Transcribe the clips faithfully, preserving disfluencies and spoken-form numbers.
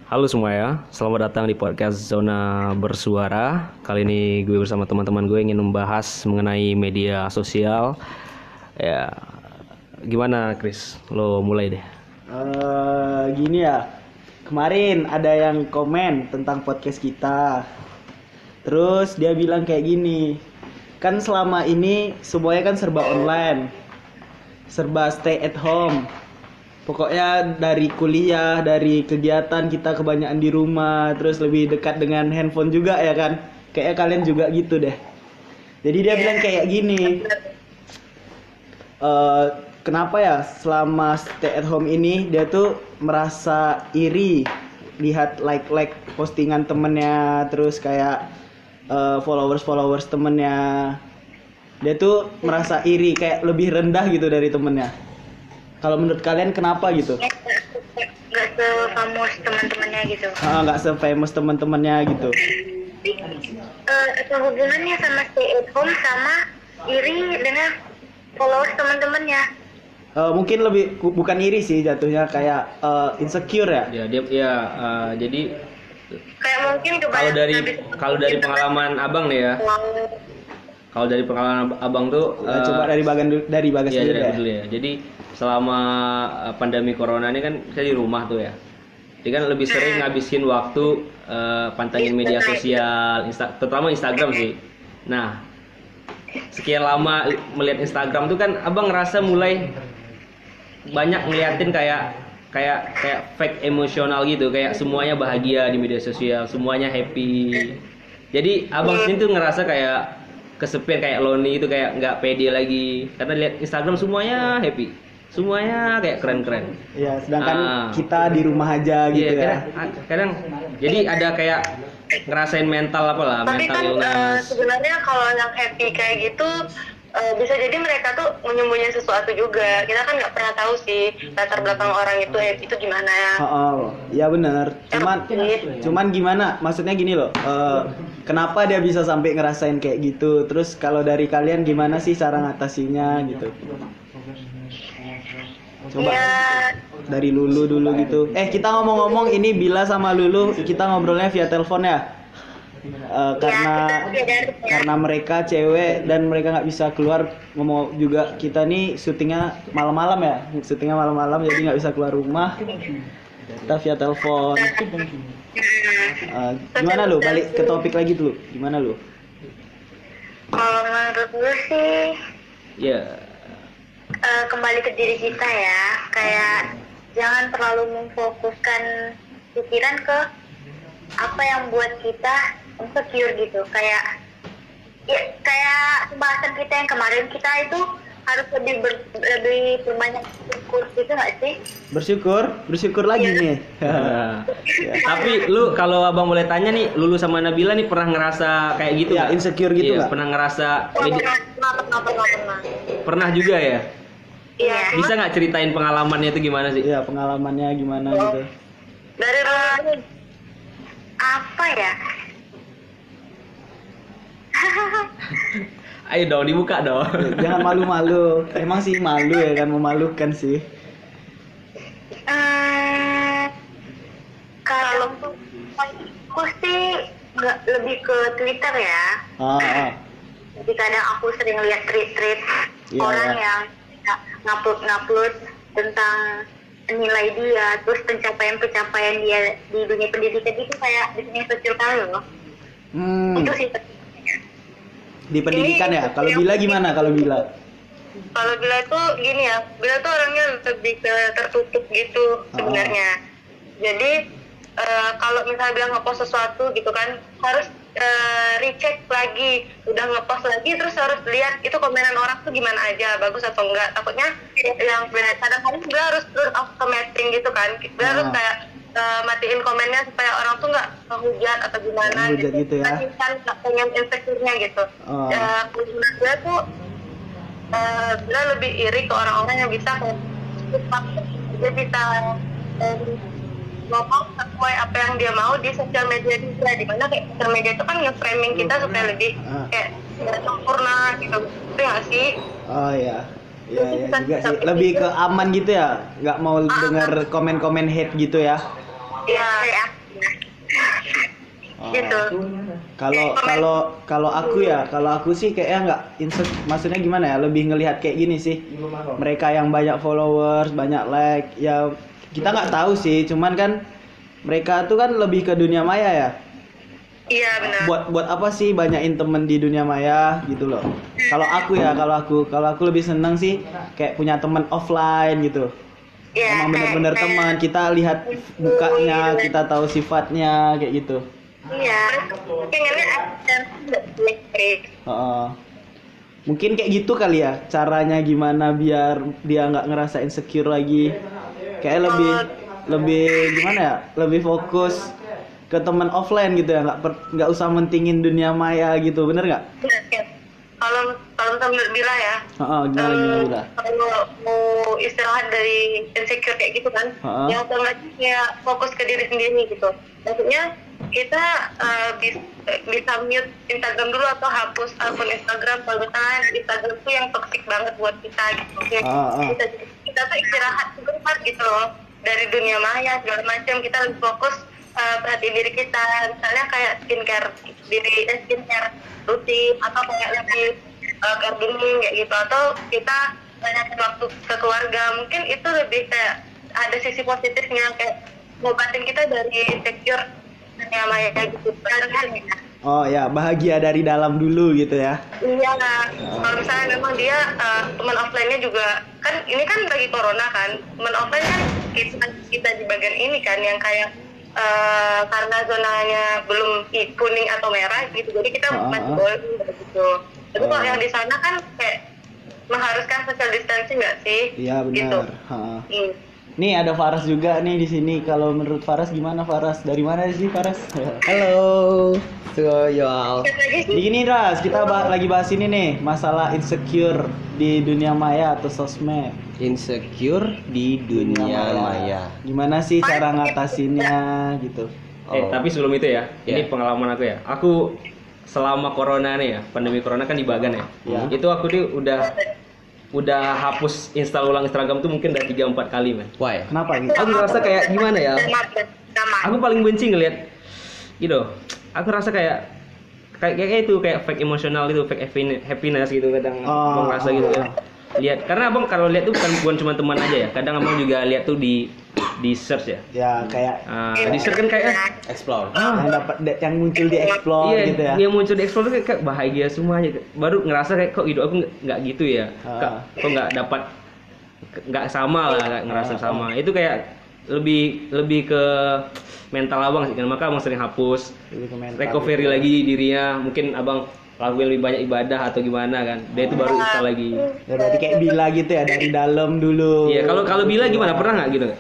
Halo semua ya, selamat datang di podcast Zona Bersuara. Kali ini gue bersama teman-teman gue ingin membahas mengenai media sosial. Ya, gimana Chris? Lo mulai deh. Uh, gini ya, kemarin ada yang komen tentang podcast kita. Terus dia bilang kayak gini, kan selama ini semuanya kan serba online, serba stay at home. Pokoknya dari kuliah, dari kegiatan kita kebanyakan di rumah, terus lebih dekat dengan handphone juga ya kan. Kayaknya kalian juga gitu deh. Jadi dia bilang kayak gini, uh, kenapa ya selama stay at home ini dia tuh merasa iri lihat like-like postingan temennya, terus kayak uh, followers-followers temennya. Dia tuh merasa iri, kayak lebih rendah gitu dari temennya. Kalau menurut kalian kenapa gitu? Gak se-famous teman-temannya gitu. Ah, gak se-famous teman-temannya gitu. Uh, apa hubungannya sama stay at home sama iri dengan followers teman-temannya? Uh, mungkin lebih bukan iri sih jatuhnya, kayak uh, insecure ya. Ya dia ya uh, jadi Kayak mungkin kalau dari kalau dari pengalaman abang nih ya. Kalau dari pengalaman abang tuh uh, coba dari bagian dari bagian ya, sendiri dari ya. dulu ya. Jadi selama uh, pandemi corona ini kan kita di rumah tuh ya. Jadi kan lebih sering ngabisin waktu uh, pantengin media sosial, Insta, terutama Instagram sih. Nah, sekian lama melihat Instagram tuh kan abang ngerasa mulai banyak ngeliatin kayak kayak kayak fake emosional gitu, kayak semuanya bahagia di media sosial, semuanya happy. Jadi abang sendiri tuh ngerasa kayak kesepian, kayak lonely itu, kayak nggak pede lagi karena lihat Instagram semuanya happy, semuanya kayak keren-keren. Iya, sedangkan ah. kita di rumah aja gitu iya, ya. kadang, kadang jadi ada kayak ngerasain mental apa lah, tapi mental kan uh, illness. sebenarnya kalau yang happy kayak gitu uh, bisa jadi mereka tuh menyembunyikan sesuatu juga. Kita kan nggak pernah tahu sih latar belakang orang itu happy itu gimana ya. Oh, oh. Ya benar. Cuman cuman gimana? Maksudnya gini loh. Uh, kenapa dia bisa sampai ngerasain kayak gitu? Terus kalau dari kalian gimana sih cara ngatasinya gitu? Coba Ya, dari Lulu dulu gitu. Eh, kita ngomong-ngomong ini Bila sama Lulu kita ngobrolnya via telepon ya. Uh, karena karena mereka cewek dan mereka nggak bisa keluar, ngomong juga kita nih syutingnya malam-malam ya, syutingnya malam-malam jadi nggak bisa keluar rumah, kita via telepon. Uh, gimana lu? Balik ke topik lagi dulu. Gimana lu? kalau menurut gue sih Ya. uh, kembali ke diri kita ya, kayak jangan terlalu memfokuskan pikiran ke apa yang buat kita insecure gitu. Kayak ya, kayak pembahasan kita yang kemarin, kita itu harus lebih ber, lebih berbanyak bersyukur gitu nggak sih? Bersyukur, bersyukur lagi Iya. nih. Ya. Tapi lu kalau abang boleh tanya nih, Lulu sama Nabila nih pernah ngerasa kayak gitu Ya, nggak? insecure gitu Iya, nggak? pernah ngerasa Pernah, media- pernah, pernah, pernah, pernah. pernah juga ya? Iya. Bisa nggak ceritain pengalamannya itu gimana sih? Iya, pengalamannya gimana gitu. Dari dulu apa ya? Ayo dong dibuka dong. Jangan malu-malu. Emang sih malu ya kan, memalukan sih. Hmm, kalau aku sih nggak, lebih ke Twitter ya. Ah, ah. Jadi kadang aku sering lihat tweet-tweet Iya, orang iya. yang ngupload-ngupload tentang nilai dia, terus pencapaian-pencapaian dia di dunia pendidikan itu kayak bikin insecure kali loh. Hmm, Itu sih. di pendidikan ya. Kalau Bila gimana kalau Bila? Kalau Bila tuh gini ya, Bila tuh orangnya lebih ke tertutup gitu sebenarnya. Jadi uh, kalau misalnya bilang ngepost sesuatu gitu kan, harus uh, recheck lagi, udah ngepost lagi terus harus lihat itu komenan orang tuh gimana aja, bagus atau enggak. Takutnya yang kadang-kadang Bila harus turn off commenting gitu kan, Bila harus kayak uh, matiin komennya supaya orang tuh nggak ngehujat atau gimana Ngehujat gitu ya. kan nggak pengen insecure-nya gitu. Oh. Uh, menurut gue tuh uh, Bila lebih iri ke orang-orang yang bisa kayak cepat dia bisa um, ngomong sesuai apa yang dia mau di sosial media dia, di mana kayak sosial media itu kan nge-framing kita supaya lebih kayak sempurna gitu, tapi nggak sih? Oh ya, ya, ya juga sih. Lebih ke aman gitu ya, nggak mau dengar komen-komen hate gitu ya. Iya. gitu. Kalau kalau kalau aku ya, kalau aku sih kayaknya nggak insek, maksudnya gimana ya? Lebih ngelihat kayak gini sih. Mereka yang banyak followers, banyak like, ya kita nggak tahu sih. Cuman kan mereka tuh kan lebih ke dunia maya ya. Iya benar. Buat buat apa sih banyakin temen di dunia maya gitu loh. Kalau aku ya, kalau aku kalau aku lebih seneng sih kayak punya teman offline gitu. Iya, Emang bener-bener kayak- teman, kita lihat mukanya, kita tahu sifatnya kayak gitu. Iya. Pengennya action elektrik. Heeh. Mungkin kayak gitu kali ya caranya gimana biar dia nggak ngerasa insecure lagi. Kayak lebih lebih gimana ya? Lebih fokus ke teman offline gitu ya, nggak per- nggak usah mentingin dunia maya gitu, bener nggak? Benar, ya. Kalau kalau menurut Bila ya, Heeh, gimana gimana eh, Bila? kalau mau istirahat dari insecure kayak gitu kan, Ha-ha. yang otomatis ya fokus ke diri sendiri gitu. Maksudnya kita eh, bis- eh, bisa mute Instagram dulu atau hapus akun Instagram kalau misalnya Instagram tuh yang toxic banget buat kita gitu. Kayak Ha-ha. kita, kita tuh istirahat sebentar gitu loh dari dunia maya segala macam. Kita lebih fokus eh, perhatiin diri kita, misalnya kayak skincare diri, eh, skincare rutin atau kayak lebih uh, gardening kayak gitu, atau kita banyakin waktu ke keluarga. Mungkin itu lebih kayak ada sisi positifnya, kayak ngobatin kita dari insecure dunia maya kayak gitu. Kan ya. Oh ya, bahagia dari dalam dulu gitu ya. Iya, kalau misalnya memang dia uh, teman offline-nya juga kan, ini kan lagi corona kan, teman offline kan kita, kita di bagian ini kan yang kayak uh, karena zonanya belum i- kuning atau merah gitu, jadi kita Ah, masih ah. boleh gitu. Tapi kalau Oh. yang di sana kan kayak mengharuskan social distancing nggak sih? Iya Gitu. benar. Ha. Hmm. Nih ada Faras juga nih di sini. Kalau menurut Faras gimana Faras? Dari mana sih Faras? Halo, so y'all. Siapa lagi sih? Di gini Ras, kita bah- lagi bahas ini nih, masalah insecure di dunia maya atau sosmed. Insecure di dunia maya. Gimana sih cara ngatasinnya gitu? Eh Oh. tapi sebelum itu ya, ini Ya. pengalaman aku ya. Aku selama corona nih ya, pandemi corona kan di Bagan ya. Ya. Itu aku tuh udah udah hapus install ulang Instagram tuh mungkin udah tiga empat kali, man. Why? Kenapa gitu? Aku ngerasa kayak gimana ya? Sama, sama. Aku paling benci ngelihat gitu. Aku rasa kayak kayak kayak itu kayak fake emosional itu, fake happiness, happiness gitu kadang Oh, abang rasa gitu kan. Lihat, karena abang kalau lihat tuh bukan bukan cuma teman aja ya. Kadang abang juga lihat tuh di di search ya. Ya kayak Ah, di search kan kayak Explore. yang dapat yang muncul di explore iya, gitu ya. yang muncul di explore tuh kayak, kayak bahagia semuanya. Baru ngerasa kayak kok hidup aku nggak- nggak gitu ya. Ah. Kak, kok nggak dapat nggak sama lah, nggak ngerasa Ah. sama. Itu kayak lebih lebih ke mental abang sih kan. Maka abang sering hapus, Lebih ke mental recovery gitu. lagi dirinya. Mungkin abang lakuin lebih banyak ibadah atau gimana kan. Dia itu baru install lagi. Ya berarti kayak Bila gitu ya, dari dalam dulu. Iya, kalau kalau Bila gimana? Pernah nggak gitu nggak?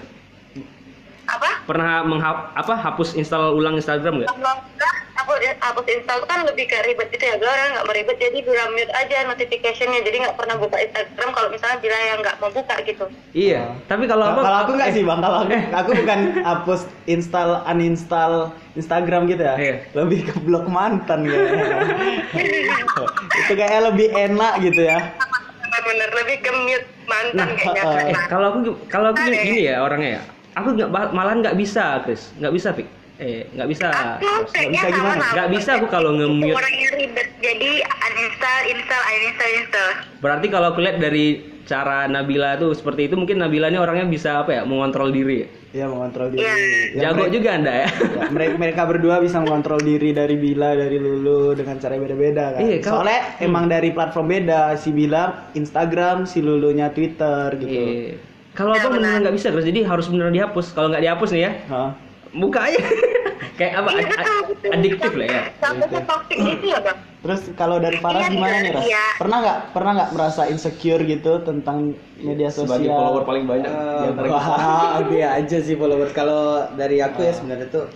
Apa? Pernah menghap apa hapus install ulang Instagram nggak? Kalau enggak, aku hapus install kan lebih ke ribet gitu ya. Gue orang nggak mau ribet, jadi bila mute aja notification-nya. Jadi nggak pernah buka Instagram kalau misalnya bila yang nggak mau buka gitu. Iya. Tapi kalau Kalau abang kalau aku nggak eh, sih bang, kalau aku, aku bukan hapus install uninstall Instagram gitu ya, Iya. lebih ke blok mantan kayaknya. Itu kayaknya lebih enak gitu ya. Bener, lebih ke mute mantan Nah, kayaknya. uh, Eh, kalau aku kalau aku gini, gini ya orangnya ya. Aku nggak bah- malahan nggak bisa, Chris. Nggak bisa, Fik. Eh, nggak bisa. Aku Chris. kayaknya bisa gimana? sama-sama. Nggak bisa aku kalau nge-mute. Orang yang ribet, jadi uninstall, install, uninstall, install. Berarti kalau aku lihat dari cara Nabila tuh seperti itu, mungkin Nabila ini orangnya bisa apa ya? Mengontrol diri. Iya, mengontrol diri. Iya. Ya, Jago mereka, juga Anda ya. ya, mereka mereka berdua bisa mengontrol diri dari Bila, dari Lulu dengan cara beda-beda kan. Iya, kalau- Soalnya emang dari platform beda. Si Bila Instagram, si Lulunya Twitter gitu. Iya. Kalau abang beneran nggak bisa, Chris. Jadi harus beneran dihapus. Kalau nggak dihapus nih ya, Hah? buka aja. Kayak apa? Iya, ad- betul, ad- betul. adiktif lah ya. Sampai toxic gitu ya, Bang? Terus kalau dari Faras Iya, gimana iya, nih Ras? iya. Pernah nggak pernah nggak merasa insecure gitu tentang media sosial? Sebagai follower paling banyak Eh, di antara kita. wah, oke aja sih followers. Kalau dari aku ya sebenarnya tuh,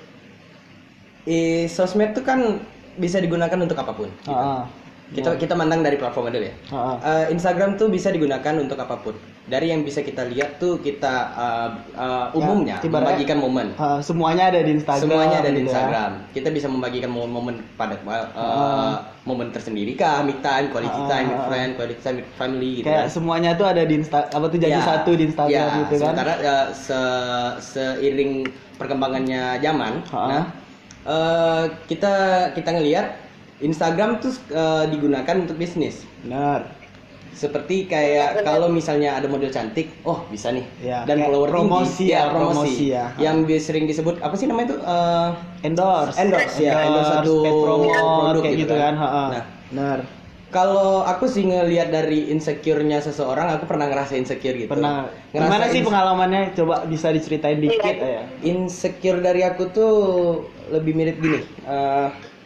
i sosmed tuh kan bisa digunakan untuk apapun. gitu. Ah, Kita kita mandang dari platform dulu ya. ah, ah. Eh, Instagram tuh bisa digunakan untuk apapun. Dari yang bisa kita lihat tuh kita eh, eh, umumnya Ya, ibaratnya- membagikan momen. Ah, semuanya ada di Instagram. Semuanya ada di gitu ya. Instagram. Kita bisa membagikan momen-momen pada uh, Ah. momen tersendiri kah, me time, quality Ah. time with friend, quality time with family gitu Kayak kan. semuanya tuh ada di Insta, apa tuh jadi Ya, satu di Instagram ya, gitu kan. Sementara uh, se- seiring perkembangannya zaman, Ah. nah eh, kita kita ngelihat Instagram tuh eh, digunakan untuk bisnis. Benar. Seperti kayak kalau misalnya ada model cantik, oh bisa nih. Ya, Dan kayak follower promosi tinggi, ya, ya, promosi. promosi ya. Yang bi- sering disebut apa sih namanya itu? Eh, Endorse. Endorse, ya, endorse satu paid promote produk kayak gitu gitu kan. kan. Ha-ha. Nah. Benar. Kalau aku sih ngelihat dari insecure-nya seseorang, aku pernah ngerasa insecure gitu. Pernah. Ngerasa Gimana sih ins- pengalamannya? Coba bisa diceritain dikit ya. Insecure dari aku tuh lebih mirip gini. Eh,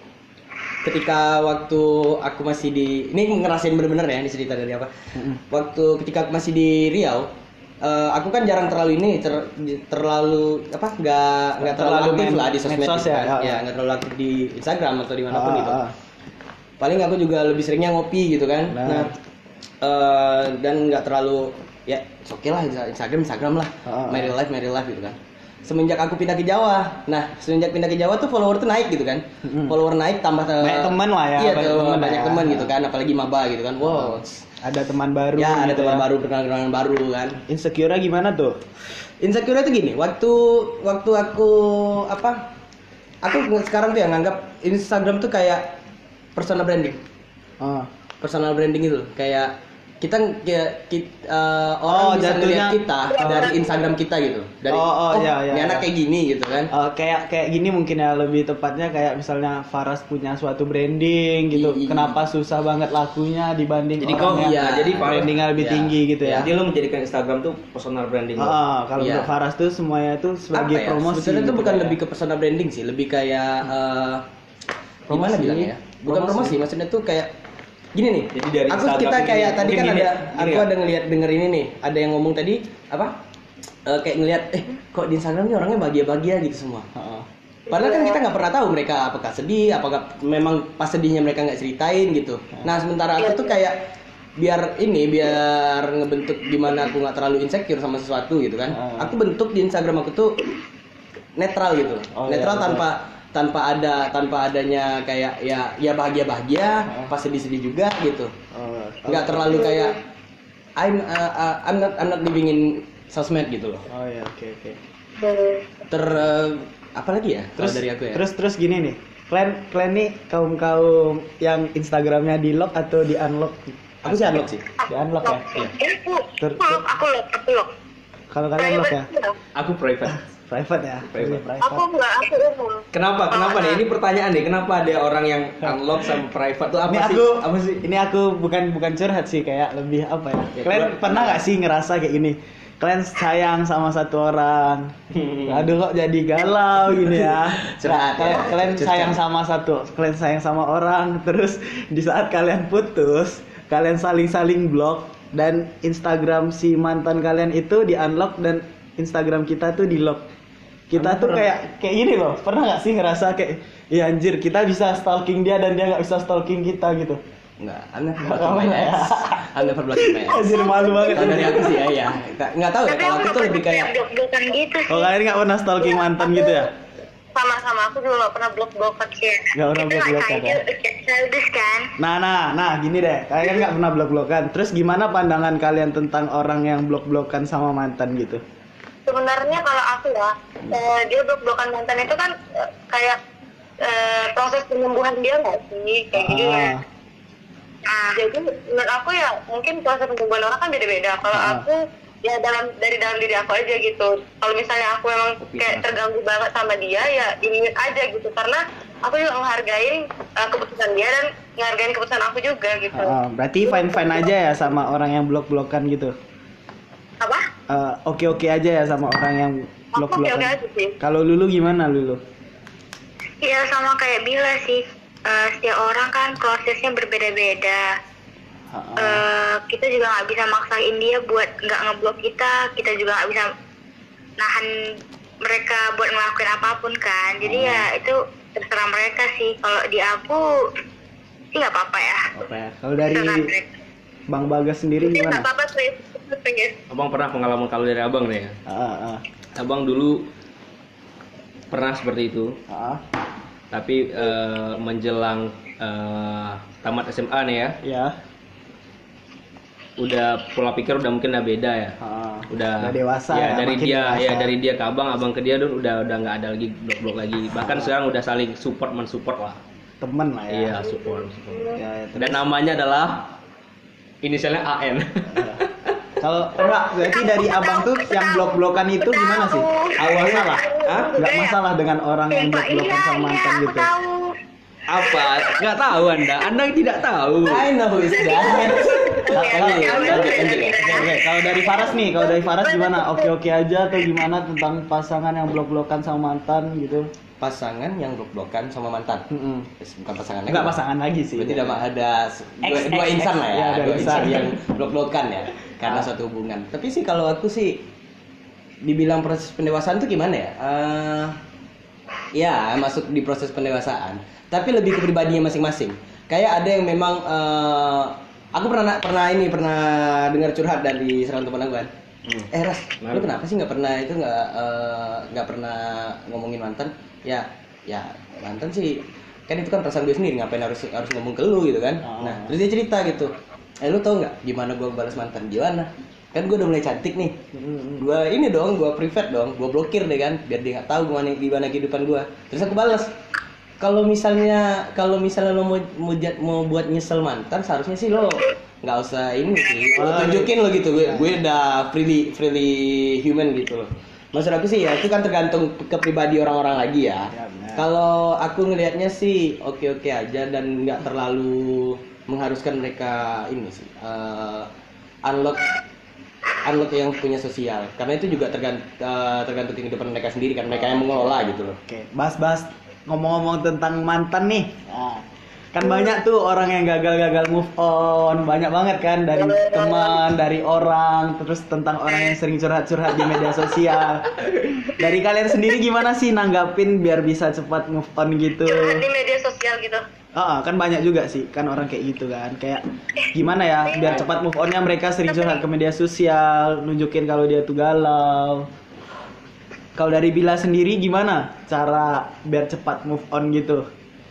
ketika waktu aku masih di, ini ngerasain bener-bener ya, ini cerita dari apa? Waktu ketika aku masih di Riau, eh, aku kan jarang terlalu ini, ter- terlalu apa? Nggak nggak terlalu, terlalu aktif main lah di sosmed medsos gitu ya, kan. ya. Ya, nggak terlalu aktif di Instagram atau dimanapun Ah, gitu. ah. Paling aku juga lebih seringnya ngopi gitu kan. Nah. Nah, eh, dan nggak terlalu ya oke lah Instagram Instagram lah, Ah, ah. my real life my real life gitu kan. Semenjak aku pindah ke Jawa, nah semenjak pindah ke Jawa tuh follower tuh naik gitu kan, Mm-mm. follower naik tambah eh, Banyak teman lah ya, iya banyak tuh, teman banyak ya. teman gitu kan, apalagi maba gitu kan, wow, Ada teman baru. ya ada gitu teman ya. baru, perkenalan baru kan. Insecure gimana tuh? Insecure itu gini, waktu waktu aku apa, aku sekarang tuh yang nganggap Instagram tuh kayak personal branding. Oh. Personal branding itu kayak kita kayak kit- eh, Oh, orang bisa jatuhnya- ngeliat kita dari Instagram kita gitu, dari Oh, oh, iya, iya, ini anak iya. kayak gini gitu kan. Eh, kayak kayak gini mungkin ya, lebih tepatnya kayak misalnya Faras punya suatu branding gitu. Iya. Kenapa susah banget lakunya dibanding Jadi orang kau- yang iya, jadi brandingnya lebih iya. tinggi gitu ya. Jadi lo menjadikan Instagram tuh personal branding lo. Ah, kalau Iya. untuk Faras tuh semuanya tuh sebagai Apa ya? promosi. Sebetulnya itu gitu bukan ya. lebih ke personal branding sih, lebih kayak eh gimana Promosi. bilangnya ya? Bukan Promosi. promosi, maksudnya tuh kayak gini nih. Jadi dari aku Instagram kita ini, kayak tadi mungkin kan gini- ada gini aku ya? ada ngelihat denger ini nih, ada yang ngomong tadi apa? Eh, kayak ngelihat eh kok di Instagram nih orangnya bahagia-bahagia gitu semua. Heeh. Padahal kan kita nggak pernah tahu mereka apakah sedih, apakah memang pas sedihnya mereka nggak ceritain gitu. Nah sementara aku tuh kayak biar ini biar ngebentuk gimana aku nggak terlalu insecure sama sesuatu gitu kan. Ah. Aku bentuk di Instagram aku tuh netral gitu, Oh, netral iya, tanpa tanpa ada tanpa adanya kayak ya ya bahagia bahagia, pas sedih sedih juga gitu. Oh, Nggak terlalu kayak I'm uh, uh, I'm not I'm not living in sosmed gitu loh. Oh ya, oke oke. Ter uh, apa lagi ya? Kalau Terus dari aku ya. Terus terus gini nih. Kalian kalian nih kaum-kaum yang Instagramnya di lock atau di unlock? Aku sih unlock sih. Di unlock ya. Iya. Aku, Ter- aku lock, aku lock, aku lock. Kalau kalian lock ya? Aku private. Private ya. Private. Lebih Aku enggak, aku umum. Kenapa? Kenapa nih? Ini pertanyaan nih. Kenapa ada orang yang unlock sama private tuh apa Ini sih? aku, Apa sih? ini aku bukan bukan curhat sih, kayak lebih apa ya? Ya, Kalian keluar- pernah nggak sih ngerasa kayak gini? Kalian sayang sama satu orang, aduh kok jadi galau gini ya? Curhat, Kalian, ya. kalian Curhat. sayang sama satu, kalian sayang sama orang, terus di saat kalian putus, kalian saling-saling blok dan Instagram si mantan kalian itu di unlock dan Instagram kita tuh di lock. Kita tuh kayak kayak gini loh, pernah nggak sih ngerasa kayak, ya anjir kita bisa stalking dia dan dia nggak bisa stalking kita gitu? Enggak, I'm never Nggak blocking my ya. ex. I'm never blocking my ex. Anjir malu banget. Kalau dari aku sih ya, ya. Nggak tahu ya, Tapi kalau aku aku nggak tuh lebih pernah kayak blok-blokan gitu sih. Oh kalian nggak pernah stalking mantan gitu ya? Sama-sama, aku juga nggak pernah blok-blokan sih. Nggak pernah Itu blok-blokan, nggak ya? childish kan? Nah nah nah gini deh, kalian kan nggak pernah blok-blokan. Terus gimana pandangan kalian tentang orang yang blok-blokan sama mantan gitu? Sebenarnya kalau aku ya, eh, dia blok-blokan mantan itu kan eh, kayak eh, proses penyembuhan dia nggak sih? Kayak gitu ya. Ah, Nah, jadi menurut aku ya mungkin proses penyembuhan orang kan beda-beda. Kalau Ah. aku ya dalam dari dalam diri aku aja gitu. Kalau misalnya aku memang kayak terganggu banget sama dia ya ingin aja gitu, karena aku juga menghargai uh, keputusan dia dan menghargai keputusan aku juga gitu. ah, berarti fine-fine aja ya sama orang yang blok-blokan gitu? Apa? Eh, Oke-oke aja ya sama orang yang Aku oke-oke blok-blokan? aja sih. Kalau Lulu gimana Lulu? Iya sama kayak Bila sih. Uh, setiap orang kan prosesnya berbeda-beda. Ah, ah. Eh, kita juga nggak bisa maksain dia buat nggak ngeblok kita. Kita juga nggak bisa nahan mereka buat ngelakuin apapun kan. Jadi Hmm. ya itu terserah mereka sih. Kalau di aku sih nggak apa-apa ya. Apa ya? Kalau dari Terserah mereka. Bang Bagas sendiri Nggak gimana? apa-apa sih. Abang pernah pengalaman kalau dari abang nih ya? Ah, ah, Abang dulu pernah seperti itu, ah. tapi eh, menjelang eh, tamat S M A nih ya, Ya. udah pola pikir udah mungkin udah beda ya. Ah, Udah, udah dewasa ya, ya, dari makin dia dewasa. ya dari dia ke abang, abang ke dia tuh udah udah nggak ada lagi blok-blok lagi. Bahkan sekarang udah saling support mensupport lah. Temen lah ya. Iya, support, support. Ya, ya, terus. Dan namanya adalah inisialnya A N. Kalau enggak, berarti dari abang tuh yang blok-blokan itu gimana sih? Awalnya lah, Hah? nggak masalah dengan orang yang Sumpah, blok-blokan iya, sama mantan iya, aku gitu. tahu. Apa? Nggak tahu Anda? Anda tidak tahu. I know who is that. Kalau Lanjut, kalau- lanjut, lanjut ya. Oke, oke. Kalau dari Faras nih, kalau dari Faras gimana? Oke-oke aja atau gimana tentang pasangan yang blok-blokan sama mantan gitu? Pasangan yang blok-blokan sama mantan. Mm-mm. Bukan pasangan lagi. Enggak pasangan lagi sih. Berarti ada ada s- dua, X, dua X, insan X. lah ya, Iya, dua dua insan insan. yang blok-blokan ya, karena Ah. suatu hubungan. Tapi sih kalau aku sih dibilang proses pendewasaan tuh gimana ya? Eh, ya masuk di proses pendewasaan, tapi lebih ke pribadinya masing-masing. Kayak ada yang memang eh, aku pernah pernah ini pernah dengar curhat dari seorang teman aku kan. Hmm. Eh Ras, lu Kenapa? kenapa sih nggak pernah itu nggak eh, nggak pernah ngomongin mantan? Ya, ya mantan sih kan itu kan perasaan gue sendiri, ngapain harus harus ngomong ke lu gitu kan? Oh. Nah terus dia cerita gitu, eh lu tau nggak gimana gue balas mantan gimana? Kan gue udah mulai cantik nih, Mm-mm. gue ini dong, gue privat dong, gue blokir deh kan, biar dia nggak tahu gimana gimana kehidupan gue. Terus aku balas, kalau misalnya kalau misalnya lo mau mau, jat- mau buat nyesel mantan, seharusnya sih lo nggak usah ini sih, lo tunjukin lo gitu, gue gue udah freely freely human gitu loh. Maksud aku sih ya itu kan tergantung ke pribadi orang-orang lagi ya. Ya, benar. Kalau aku ngelihatnya sih oke-oke aja dan nggak terlalu mengharuskan mereka ini sih eh, unlock unlock yang punya sosial, karena itu juga tergant, eh, tergantung kehidupan mereka sendiri kan, mereka yang mengelola gitu loh. Oke, bahas-bahas ngomong-ngomong tentang mantan nih. Nah, kan banyak tuh orang yang gagal-gagal move on, banyak banget kan dari teman, dari orang, terus tentang orang yang sering curhat-curhat di media sosial. Dari kalian sendiri gimana sih nanggapin biar bisa cepat move on gitu? Curhat di media sosial gitu. Ah, kan banyak juga sih kan orang kayak gitu kan. Kayak gimana ya biar cepat move onnya, mereka sering curhat ke media sosial, nunjukin kalau dia tuh galau. Kalau dari Bila sendiri gimana cara biar cepat move on gitu?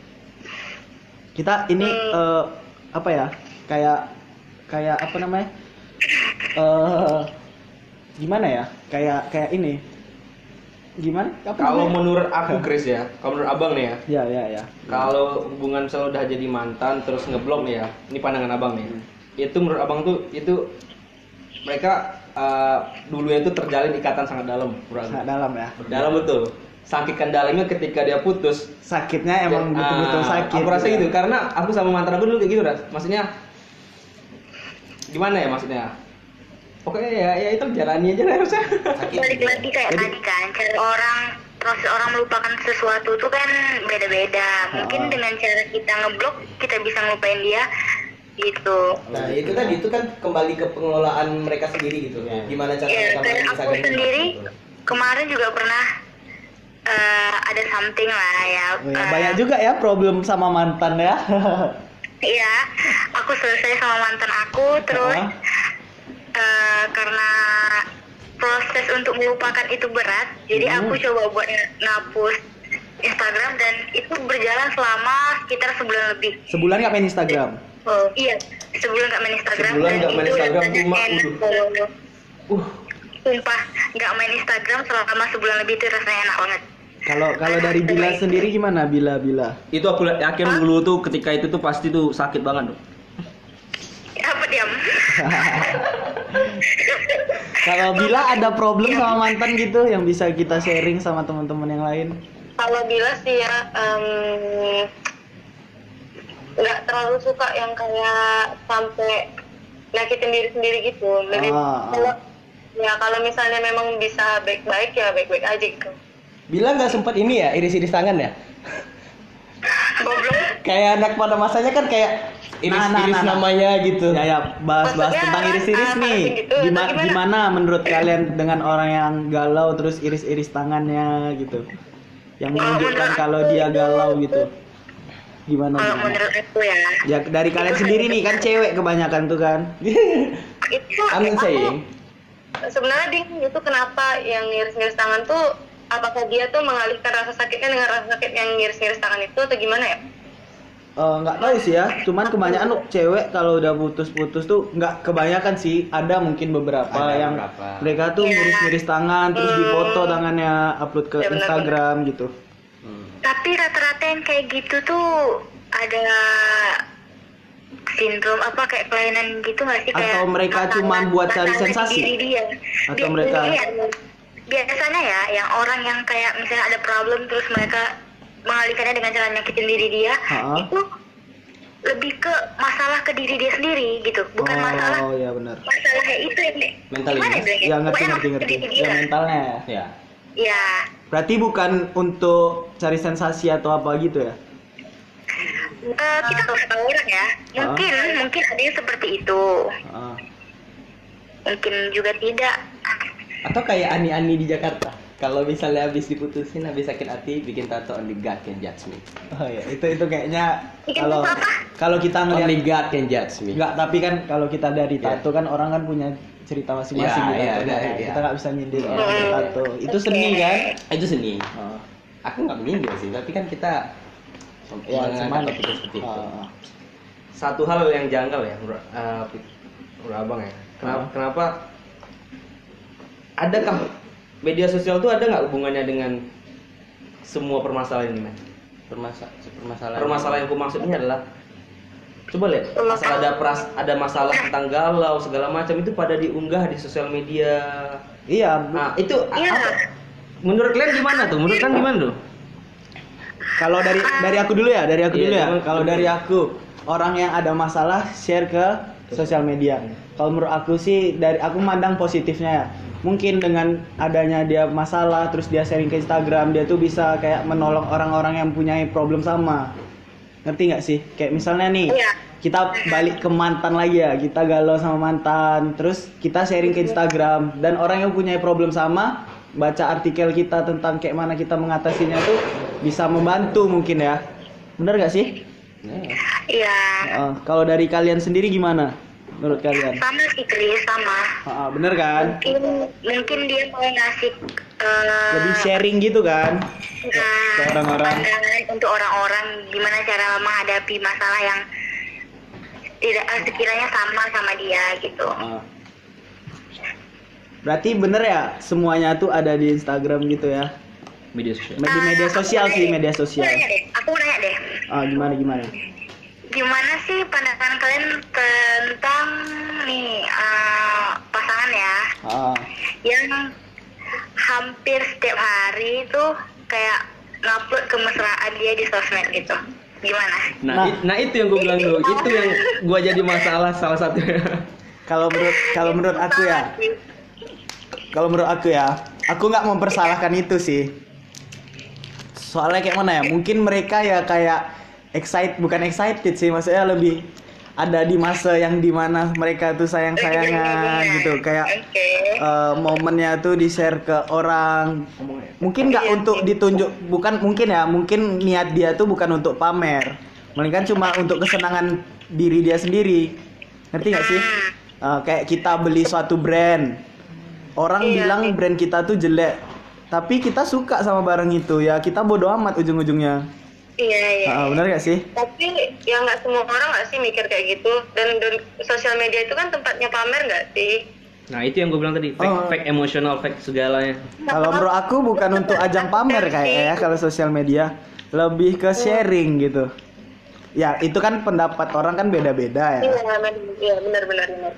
Kita ini eh, apa ya? Kayak kayak apa namanya? Eh gimana ya? Kayak kayak ini. Gimana? Apa Kalau namanya? menurut aku Chris ya, kalau menurut abang nih ya, Ya ya ya. kalau hubungan misalnya udah jadi mantan terus ngeblok nih ya, ini pandangan abang nih. Itu menurut abang tuh itu mereka uh, dulunya itu terjalin ikatan sangat dalam, menurut Sangat abang. dalam ya. Dalam betul. Saking dalamnya ketika dia putus. Sakitnya emang Ya, betul-betul ah, sakit. Aku rasa ya. gitu karena aku sama mantan aku dulu kayak gitu, Ras. Maksudnya gimana ya maksudnya? Pokoknya ya, ya itu jalani aja lah harusnya. Balik lagi kayak tadi kan, cara orang proses orang melupakan sesuatu tuh kan beda-beda. Mungkin Ah. dengan cara kita ngeblok kita bisa ngelupain dia gitu. Nah itu tadi itu kan kembali ke pengelolaan mereka sendiri gitu. Ya. Gimana cara Ya, mereka kayak aku mengisahkan itu, sendiri gitu. kemarin juga pernah eh, ada something lah ya. Oh ya, Eh, banyak juga ya problem sama mantan ya. Iya, aku selesai sama mantan aku, terus Ah. eh, karena proses untuk melupakan itu berat, jadi Hmm. aku coba buat ng- ngapus Instagram dan itu berjalan selama sekitar sebulan lebih. Sebulan nggak main Instagram. Oh iya, sebulan nggak main Instagram. Sebulan dan nggak main itu Instagram, rasanya cuma, enak uh. kalau- Uh, Sumpah, nggak main Instagram selama sebulan lebih itu rasanya enak banget. Kalau kalau dari Bila sendiri gimana Bila Bila? itu aku yakin dulu tuh ketika itu tuh pasti tuh sakit banget tuh. Ya, apa diam? Kalau Bila ada problem sama mantan gitu yang bisa kita sharing sama teman-teman yang lain? Kalau Bila sih ya em, nggak terlalu suka yang kayak sampai nyakitin diri sendiri gitu. Lebih Ah, ah. kalau ya kalau misalnya memang bisa baik-baik ya baik-baik aja gitu. Bila nggak sempat ini ya iris-iris tangan ya? Goblok. Kayak anak pada masanya kan kayak iris-iris Nah, nah, nah, nah. namanya gitu. Ya ya bahas-bahas Maksudnya, tentang iris-iris ah, nih. gitu, Gima- atau gimana? gimana menurut kalian dengan orang yang galau terus iris-iris tangannya gitu? Yang menunjukkan kalau dia galau gitu. Gimana Kalau gimana? menurut aku ya Ya dari kalian sendiri nih kan cewek kebanyakan tuh kan. itu I'm not aku saying. sebenarnya bingung itu kenapa yang ngiris-ngiris tangan tuh, apakah dia tuh mengalihkan rasa sakitnya dengan rasa sakit yang ngiris-ngiris tangan itu atau gimana ya? eh, nggak tahu sih ya, cuman kebanyakan tuh cewek kalau udah putus-putus tuh nggak kebanyakan sih, ada mungkin beberapa Ada yang beberapa. mereka tuh ngiris-ngiris tangan terus difoto tangannya upload ke Ya, benar, Instagram gitu. Hmm. Tapi rata-rata yang kayak gitu tuh ada sindrom apa kayak kelainan gitu nggak sih? Kayak Atau mereka masalah- cuman buat cari masalah di sensasi? diri dia. Atau Bi- mereka- iya, biasanya ya yang orang yang kayak misalnya ada problem terus mereka mengalihkannya dengan cara nyakitin diri dia, Ha-ha. itu lebih ke masalah ke diri dia sendiri gitu, bukan masalah Oh ya benar. masalahnya itu yang Mental gimana illness. bilangnya? Ya ngerti Pokoknya ngerti masalah ke ngerti. diri Ya dia. mentalnya ya. Ya. Ya, Berarti bukan untuk cari sensasi atau apa gitu ya? Eh, kita nggak tahu orang ya. Mungkin mungkin ada yang seperti itu, Ah. mungkin juga tidak. Atau kayak Ani-Ani di Jakarta. Kalau misalnya habis diputusin, habis sakit hati, bikin tato only God can judge me. Oh ya, itu itu kayaknya Bikin kalau apa? kalau kita Only ngeliat God can judge me. enggak, tapi kan kalau kita dari Ya. tato kan orang kan punya cerita masing-masing Ya, gitu. ya, Kan. ya, ya. Kita nggak bisa nyindir orang Hmm. dari tato. Itu seni kan? Itu seni. Oh. Aku nggak menyindir sih, tapi kan kita Ya, mengangkat cuman topik seperti itu. Ah. Satu hal yang janggal ya menurut eh, menurut abang ya. Kenapa, Ah. kenapa adakah media sosial tuh ada nggak hubungannya dengan semua permasalahan ini, men? Permasa permasalahan. Permasalahan yang aku maksudnya adalah coba lihat, asal ada pras, ada masalah tentang galau segala macam itu pada diunggah di sosial media. Iya, bu- Nah, itu a- Iya. apa? Menurut kalian gimana tuh? Menurut kalian gimana tuh? kalau dari dari aku dulu ya, dari aku Iya, dulu ya. jangan- Kalau dari aku, orang yang ada masalah share ke sosial media. Kalau menurut aku sih, dari aku mandang positifnya ya. Mungkin dengan adanya dia masalah, terus dia sharing ke Instagram, dia tuh bisa kayak menolong orang-orang yang punya problem sama. Ngerti nggak sih? Kayak misalnya nih, Iya. kita balik ke mantan lagi ya, kita galau sama mantan, terus kita sharing ke Instagram, dan orang yang punya problem sama baca artikel kita tentang kayak mana kita mengatasinya tuh bisa membantu mungkin ya. Bener gak sih? Ya. Iya. Heeh. Kalau dari kalian sendiri gimana? Menurut kalian? Sama sih Chris, sama. Heeh, bener kan? Mungkin mungkin dia mau ngasih eh, Lebih sharing gitu kan? nah, ke orang-orang. pandangan untuk orang-orang gimana cara menghadapi masalah yang tidak eh, sekiranya sama sama dia gitu. Heeh. Berarti bener ya semuanya tuh ada di Instagram gitu ya? Media sosial. Di media Ah, sosial aku sih, nanya- media Aku sosial. nanya deh, aku nanya deh. Ah, gimana gimana? Gimana sih pandangan kalian tentang nih eh, pasangan ya Ah. yang hampir setiap hari tuh kayak ngupload kemesraan dia di sosmed gitu? Gimana? Nah, Nah. it- nah itu yang gue bilang dulu, itu yang gua jadi masalah salah satunya. Kalau menurut kalau menurut aku ya, kalau menurut aku ya, aku nggak mempersalahkan itu sih. Soalnya kayak mana ya? Mungkin mereka ya kayak excited, bukan excited sih, maksudnya lebih ada di masa yang dimana mereka tuh sayang-sayangan gitu, kayak Oke. eh, momennya tuh di share ke orang. Mungkin nggak Iya untuk sih. ditunjuk, bukan mungkin ya, mungkin niat dia tuh bukan untuk pamer, melainkan cuma untuk kesenangan diri dia sendiri. Ngerti nggak sih? Eh, kayak kita beli suatu brand, orang Iya bilang sih. brand kita tuh jelek, tapi kita suka sama barang itu, ya kita bodo amat ujung-ujungnya. Iya iya. Ah, benar gak sih? Tapi ya nggak semua orang nggak sih mikir kayak gitu, dan, dan sosial media itu kan tempatnya pamer nggak sih? Nah, itu yang gue bilang tadi, fake, Oh. fake emosional, fake segalanya. Kalau menurut aku bukan untuk ajang pamer kayak ya, kalau sosial media lebih ke sharing gitu. Ya itu kan pendapat orang kan beda-beda ya. Iya benar, iya benar benar benar.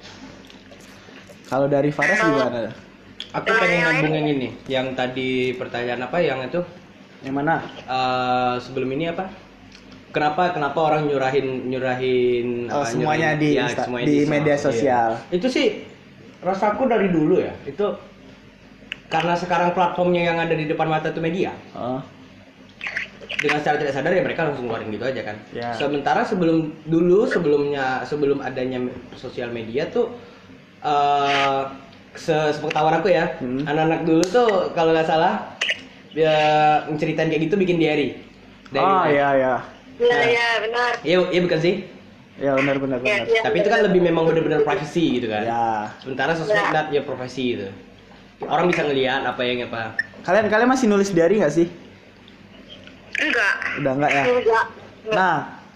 Kalau dari Faras gimana? Aku pengen ngomongin ini, yang tadi pertanyaan apa yang itu Yang mana? eh, sebelum ini apa? Kenapa kenapa orang nyurahin nyurahin Oh, apa, semuanya nyurahin- di ya, Insta- semuanya di Insta- media iya. sosial. Itu sih rasaku dari dulu ya. Itu karena sekarang platformnya yang ada di depan mata itu media. Oh, Dengan secara tidak sadar ya mereka langsung ngeluarin gitu aja kan. Ya. Sementara sebelum dulu sebelumnya sebelum adanya sosial media tuh eh se sepengetahuan aku ya, Hmm. anak-anak dulu tuh kalau nggak salah ya menceritain kayak gitu bikin diary. Diary oh gitu. iya iya. Iya Nah. iya benar. Iya, iya bukan sih? Ya benar benar Iya benar. iya. Tapi itu kan lebih memang benar-benar privacy gitu kan. Ya. Sementara sosmed Ya. ya profesi gitu. Orang bisa ngelihat apa yang apa. Kalian kalian masih nulis diary nggak sih? Enggak. Udah enggak ya? Enggak. Nah,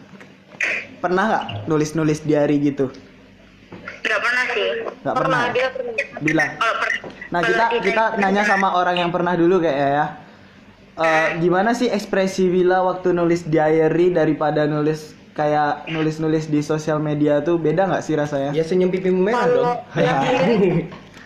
pernah nggak nulis-nulis diary gitu? Nggak pernah sih. Nggak pernah ya? Dia pernah. Bilang. Kalau per, Nah kalau kita tidak- kita nanya sama orang yang pernah dulu kayak ya. Eh, gimana sih ekspresi Wila waktu nulis diary daripada nulis kayak nulis-nulis di sosial media tuh beda nggak sih rasanya? Ya senyum pipimu merah dong. Kalau yang sendiri,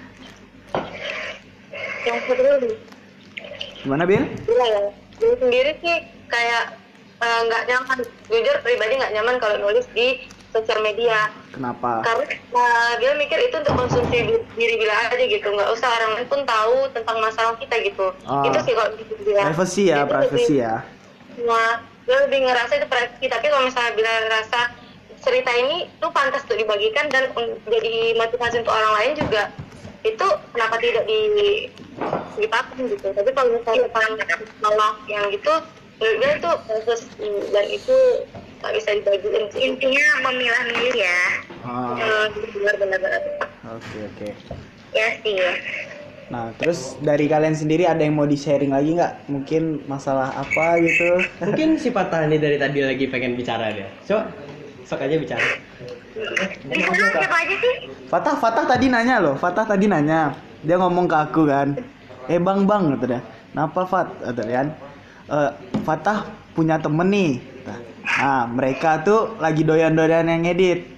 yang sendiri, Gimana Bil? iya ya. Dia sendiri sih kayak eh, nggak nyaman. Jujur pribadi nggak nyaman kalau nulis di sosial media. Kenapa? Karena uh, dia mikir itu untuk konsumsi di- diri Bila aja gitu, nggak usah orang lain pun tahu tentang masalah kita gitu. Ah. Itu sih kalau gitu dia. Privacy ya, Dia tuh privacy lebih- ya. Nah, dia lebih ngerasa itu privacy. Tapi kalau misalnya Bila ngerasa cerita ini tuh pantas untuk dibagikan dan un- jadi motivasi untuk orang lain juga, itu kenapa tidak di dipakai gitu. Tapi kalau misalnya tentang masalah yang gitu, menurut dia itu proses dan itu nggak bisa dibagiin. Intinya memilah-milih ya. Ah, Hmm, benar-benar. Oke oke. Ya sih. Nah terus dari kalian sendiri ada yang mau di sharing lagi nggak? Mungkin masalah apa gitu? Mungkin si Patah ini dari tadi lagi pengen bicara dia. Coba sok aja bicara. Di sana siapa aja sih? Fatah Fatah tadi nanya loh. Fatah tadi nanya. Dia ngomong ke aku kan. Eh bang bang kata dia. Kenapa Fat? Kata dia kan. "Eh, Fatah punya temen nih. Nah mereka tuh lagi doyan-doyan yang ngedit.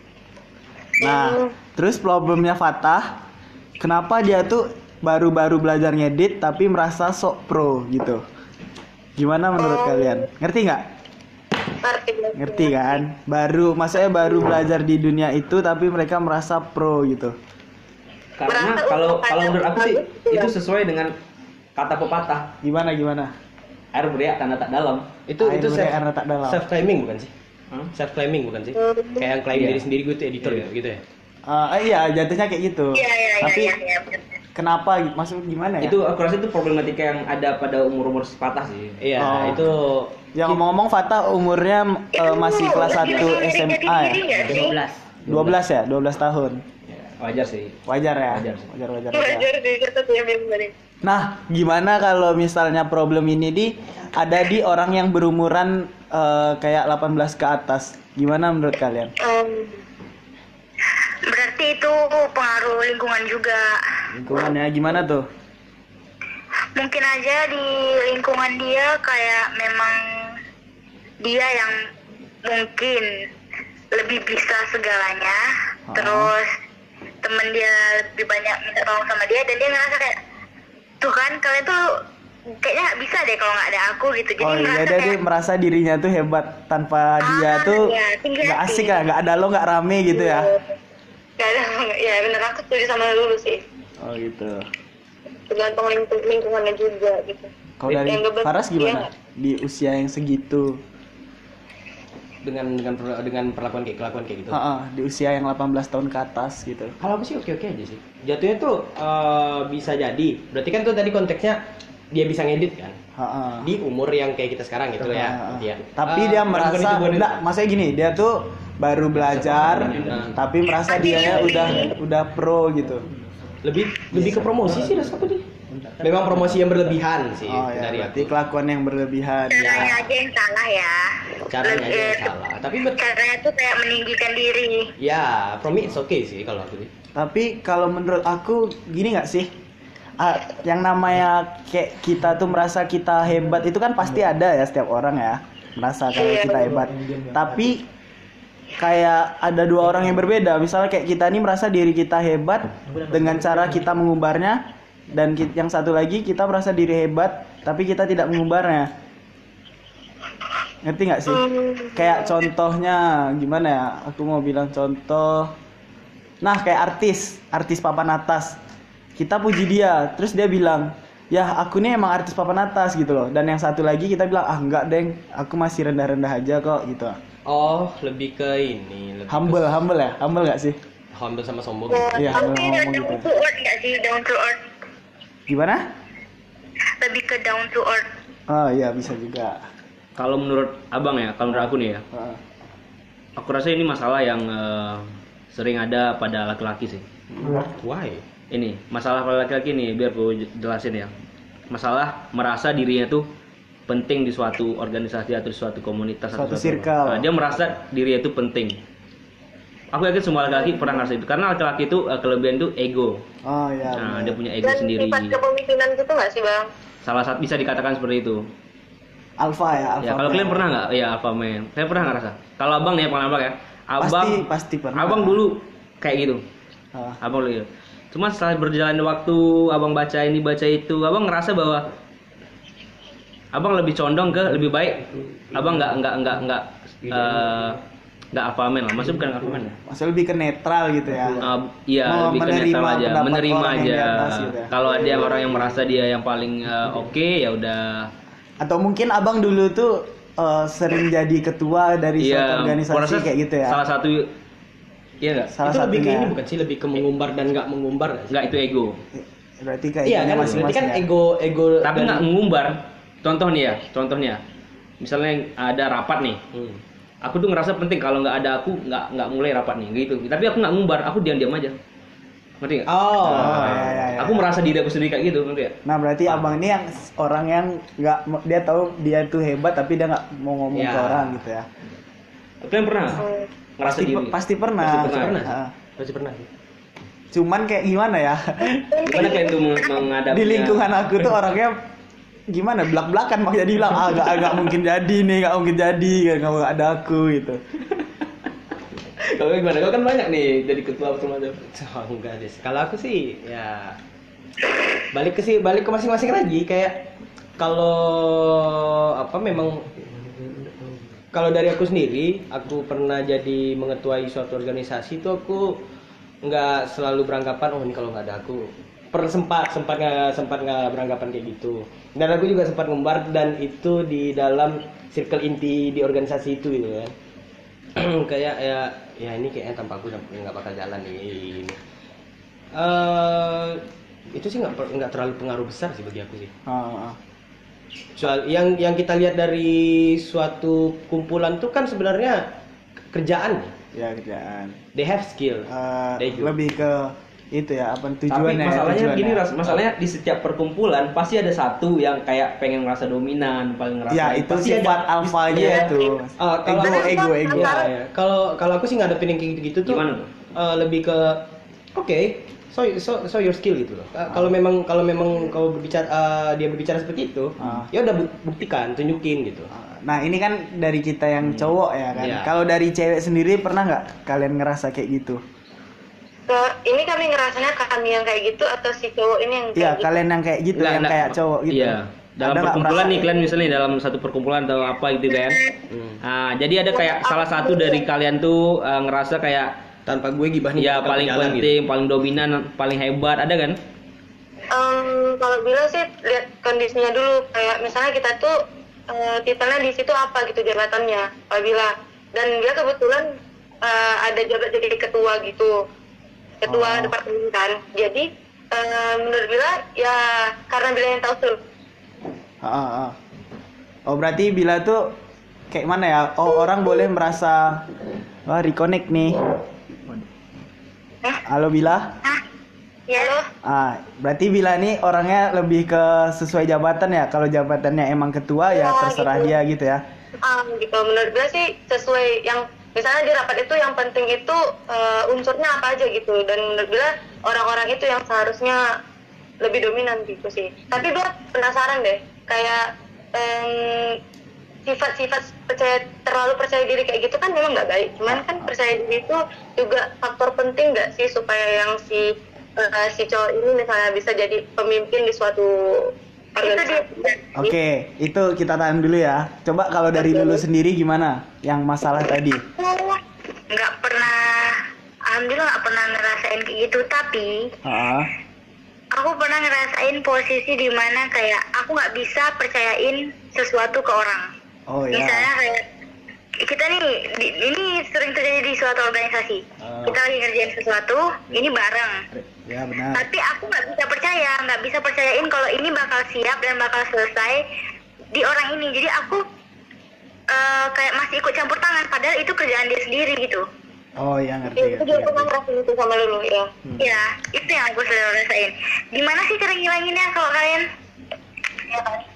Nah, terus problemnya Fatah, kenapa dia tuh baru-baru belajar ngedit tapi merasa sok pro gitu? Gimana menurut kalian? Ngerti nggak? Ngerti. Ngerti kan? Baru, maksudnya baru belajar di dunia itu tapi mereka merasa pro gitu. Karena Merasa kalau untuk kalau ada menurut aku sih bagus, itu ya. sesuai dengan kata pepatah, Gimana gimana? air beriak karena tak dalam. Itu Air itu bener self, karena tak dalam. self claiming bukan sih? Hmm? Self claiming bukan sih? Hmm. Kayak yang klaim Iya. diri sendiri gue tuh editor Iya. gitu, gitu ya. Eh, iya, jatuhnya kayak gitu. Iya, iya, iya, Tapi iya, iya, benar. kenapa? Maksud gimana ya? Itu aku rasa itu problematika yang ada pada umur-umur sepatah sih. Iya, Oh. itu Ya ngomong-ngomong Fatah umurnya eh, Itu masih kelas lebih satu dari S M jati A ya? diri nggak sih? dua belas ya? dua belas tahun. Ya, wajar sih. Wajar ya? Wajar sih. Wajar wajar. wajar. Wajar sih, kita tuh yang benar. Nah, gimana kalau misalnya problem ini di ada di orang yang berumuran eh, kayak delapan belas ke atas? Gimana menurut kalian? Em, berarti itu pengaruh lingkungan juga. Lingkungannya gimana tuh? Mungkin aja di lingkungan dia kayak memang dia yang mungkin lebih bisa segalanya. Ah. Terus temen dia lebih banyak minta tolong sama dia dan dia ngerasa kayak tuh kan kalian tuh kayaknya nggak bisa deh kalau nggak ada aku gitu. Jadi Oh iya, merasa dia, dia kayak merasa dirinya tuh hebat tanpa dia Ah, tuh iya, tinggi nggak hati. asik lah, nggak ada lo nggak rame gitu ya? Gak ada, ya bener aku setuju sama dulu sih. Oh gitu. Tergantung lingkung, lingkungannya juga gitu. Kalau dari Yang ngebentuk Faras dia gimana? nggak? Di usia yang segitu, dengan dengan per- dengan perlakuan kayak kelakuan kayak gitu. Ha-ha, di usia yang delapan belas tahun ke atas gitu. Kalau aku sih oke-oke aja sih. Jatuhnya tuh eh, bisa jadi. Berarti kan tuh tadi konteksnya dia bisa ngedit kan. Ha-ha. Di umur yang kayak kita sekarang gitu ya. Ha-ha. Dia. Tapi Eh, dia bukan merasa itu, bukan itu. enggak, maksudnya gini, dia tuh baru belajar Nah. tapi merasa dia udah udah pro gitu. lebih lebih ke promosi sih rasaku nih. Memang promosi yang berlebihan sih Oh ya, dari berarti aku. kelakuan yang berlebihan Caranya ya. aja yang salah ya. Caranya aja yang Lebih- salah. Tapi bet Caranya tuh kayak meninggikan diri. ya, for me it's okay sih kalau aku sih. Tapi kalau menurut aku gini nggak sih? Ah, yang namanya kayak kita tuh merasa kita hebat itu kan pasti ada ya setiap orang ya merasa kayak kita hebat. Tapi kayak ada dua orang yang berbeda. Misalnya kayak kita nih merasa diri kita hebat dengan cara kita mengumbarnya, dan ki- yang satu lagi kita merasa diri hebat tapi kita tidak mengumbarnya. Ngerti nggak sih? Kayak contohnya gimana ya? Aku mau bilang contoh. Nah, kayak artis, artis papan atas. Kita puji dia, terus dia bilang, "Ya, aku nih emang artis papan atas" gitu loh. Dan yang satu lagi kita bilang, "Ah, enggak, Deng. Aku masih rendah-rendah aja kok" gitu. Oh, lebih ke ini, lebih Humble, ke humble ya? Humble nggak sih? humble sama sombong. Iya, Tapi ngomong down gitu. to earth nggak sih? Down to earth. Gimana? Lebih ke down to earth. Oh iya, bisa juga. Kalau menurut abang ya, kalau menurut aku nih ya, Heeh. aku rasa ini masalah yang eh, sering ada pada laki-laki sih. Why? Ini masalah pada laki-laki nih, biar aku j- jelasin ya. Masalah merasa dirinya tuh penting di suatu organisasi atau di suatu komunitas Suatu atau circle. Nah, dia merasa dirinya itu penting. Aku yakin semua laki-laki pernah ngerasa itu karena laki-laki itu uh, kelebihan itu ego. Oh iya. Nah, benar. dia punya ego Dan sendiri. sifat kepemimpinan gitu nggak sih bang? Salah satu bisa dikatakan seperti itu. Alpha ya, alpha. Ya, kalau man. kalian pernah nggak? Ya, alpha man. Saya pernah ngerasa. Kalau abang nih, pengalaman abang ya. Abang, Pasti, pasti pernah. Abang dulu kayak gitu. Ah. Abang dulu gitu. Cuma setelah berjalan waktu, abang baca ini, baca itu, abang ngerasa bahwa abang lebih condong ke lebih baik. Abang nggak nggak nggak nggak eh, nggak alpha man lah. Maksudnya bukan alpha man ya. Maksudnya lebih ke netral gitu ya. Uh, iya, Mau lebih ke menerima netral aja, pendapat menerima orang yang aja. di atas gitu ya. Kalau ada yang orang yang merasa dia yang paling uh, oke, ya udah. Atau mungkin abang dulu tuh eh, sering jadi ketua dari suatu Iya, organisasi gua rasa kayak gitu ya. Salah satu, iya nggak? Salah itu lebih ke satunya. ini bukan sih, lebih ke mengumbar dan nggak mengumbar nggak sih? Nggak, itu ego. Berarti kayak Iya itunya kan, masing-masing berarti kan ya. ego ego. Tapi dari- nggak mengumbar. Contoh nih ya, contohnya. Misalnya ada rapat nih. Hmm. Aku tuh ngerasa penting kalau nggak ada aku nggak nggak mulai rapat nih gitu. Tapi aku nggak ngumbar, aku diam-diam aja. Ngerti nggak? Oh, Oh, iya, iya, iya. Aku merasa diri aku sendiri kayak gitu, ngerti ya? Nah berarti abang ini yang orang yang nggak dia tahu dia tuh hebat tapi dia nggak mau ngomong Ya. ke orang gitu ya. Kalian pernah nggak Hmm. ngerasa Pasti, diri? pasti pernah. Pasti pernah. pernah. Ah. Pasti pernah. Cuman kayak gimana ya? Gimana kayak itu meng- menghadapinya? Di lingkungan aku tuh orangnya gimana belak-belakan makanya dia bilang ah nggak nggak mungkin jadi nih nggak mungkin jadi nggak mau ada aku gitu. Kalau gimana? Kau kan banyak nih jadi ketua semacam. Oh, enggak deh. Kalau aku sih ya balik ke sih balik ke masing-masing lagi kayak kalau apa memang kalau dari aku sendiri aku pernah jadi mengetuai suatu organisasi itu aku nggak selalu beranggapan oh ini kalau nggak ada aku per sempat sempat nggak sempat nggak beranggapan kayak gitu dan aku juga sempat ngumbar dan itu di dalam circle inti di organisasi itu gitu kan kayak ya ya ini kayaknya tanpa aku nggak bakal jalan nih ini. Eh, itu sih nggak per- nggak terlalu pengaruh besar sih bagi aku sih. Ah, ah. Soal yang yang kita lihat dari suatu kumpulan tuh kan sebenarnya kerjaan, Ya kerjaan. they have skill. Eh, They do. lebih ke itu ya apa Tapi tujuannya masalahnya tujuannya. gini Ras, masalahnya di setiap perkumpulan pasti ada satu yang kayak pengen ngerasa dominan, paling ngerasa Ya itu pasti sifat ada. alfanya Iya. itu. Ah, kalau ego, aku- ego, ego. Ya, ya. Kalau kalau aku sih ngadepin yang kayak gitu tuh Gimana tuh? eh, lebih ke oke, so so so your skill gitu loh. Eh, Kalau memang kalau memang kau berbicara eh, dia berbicara seperti itu, Ah. ya udah bu- buktikan, tunjukin gitu. Nah ini kan dari kita yang cowok ya kan. Iya. Kalau dari cewek sendiri pernah nggak kalian ngerasa kayak gitu? Ke, ini kami ngerasanya kami yang kayak gitu atau si cowok ini yang kayak Iya gitu? kalian yang kayak gitu Nggak, yang nggak. kayak cowok gitu. Iya. Dalam Ada nggak perkumpulan merasa- nih kalian misalnya dalam satu perkumpulan atau apa gitu kan. Hmm. Nah, jadi ada kayak salah satu dari kalian tuh eh, ngerasa kayak Tanpa gue gibah nih ya bakal paling berjalan gitu. penting, paling dominan, paling hebat, ada kan? Em, kalau bilang sih lihat kondisinya dulu, kayak misalnya kita tuh eh, titelnya di situ apa gitu jabatannya, apabila dan dia kebetulan eh, ada jabat jadi ketua gitu, ketua Oh. departemen kan, jadi eh, menurut Bila ya karena Bila yang tahu tuh. Ah, ah, ah. Oh berarti Bila tuh kayak mana ya? Oh orang boleh merasa wah reconnect nih. Hah? Halo Bila. Hah? Ya loh. Ah, berarti Bila nih orangnya lebih ke sesuai jabatan ya. Kalau jabatannya emang ketua ya Ya, terserah gitu. dia gitu ya. Ah, gitu. Menurut gue sih sesuai yang misalnya di rapat itu yang penting itu eh, unsurnya apa aja gitu, dan menurut gue orang-orang itu yang seharusnya lebih dominan gitu sih. Tapi gue penasaran deh, kayak em, sifat-sifat percaya terlalu percaya diri kayak gitu kan memang nggak baik. Cuman kan percaya diri itu juga faktor penting nggak sih supaya yang si eh, si cowok ini misalnya bisa jadi pemimpin di suatu organisasi. Oke, itu kita tahan dulu ya. Coba kalau dari Lulu sendiri gimana? Yang masalah tadi. Nggak pernah, alhamdulillah nggak pernah ngerasain kayak gitu, tapi Ah, aku pernah ngerasain posisi di mana kayak aku nggak bisa percayain sesuatu ke orang. oh ya. Misalnya kayak kita nih di- ini sering terjadi di suatu organisasi, Ah. kita lagi ngerjain sesuatu ini bareng, Ya benar. tapi aku nggak bisa percaya nggak bisa percayain kalau ini bakal siap dan bakal selesai di orang ini, jadi aku eh, kayak masih ikut campur tangan padahal itu kerjaan dia sendiri gitu. Oh ya ngerti. Ya, ngerti, itu juga pernah ngerti. ngerasain itu sama Lulu ya. Hmm. Ya, itu yang aku selalu rasain. Gimana sih cara ngilanginnya kalau kalian? Ya, kan?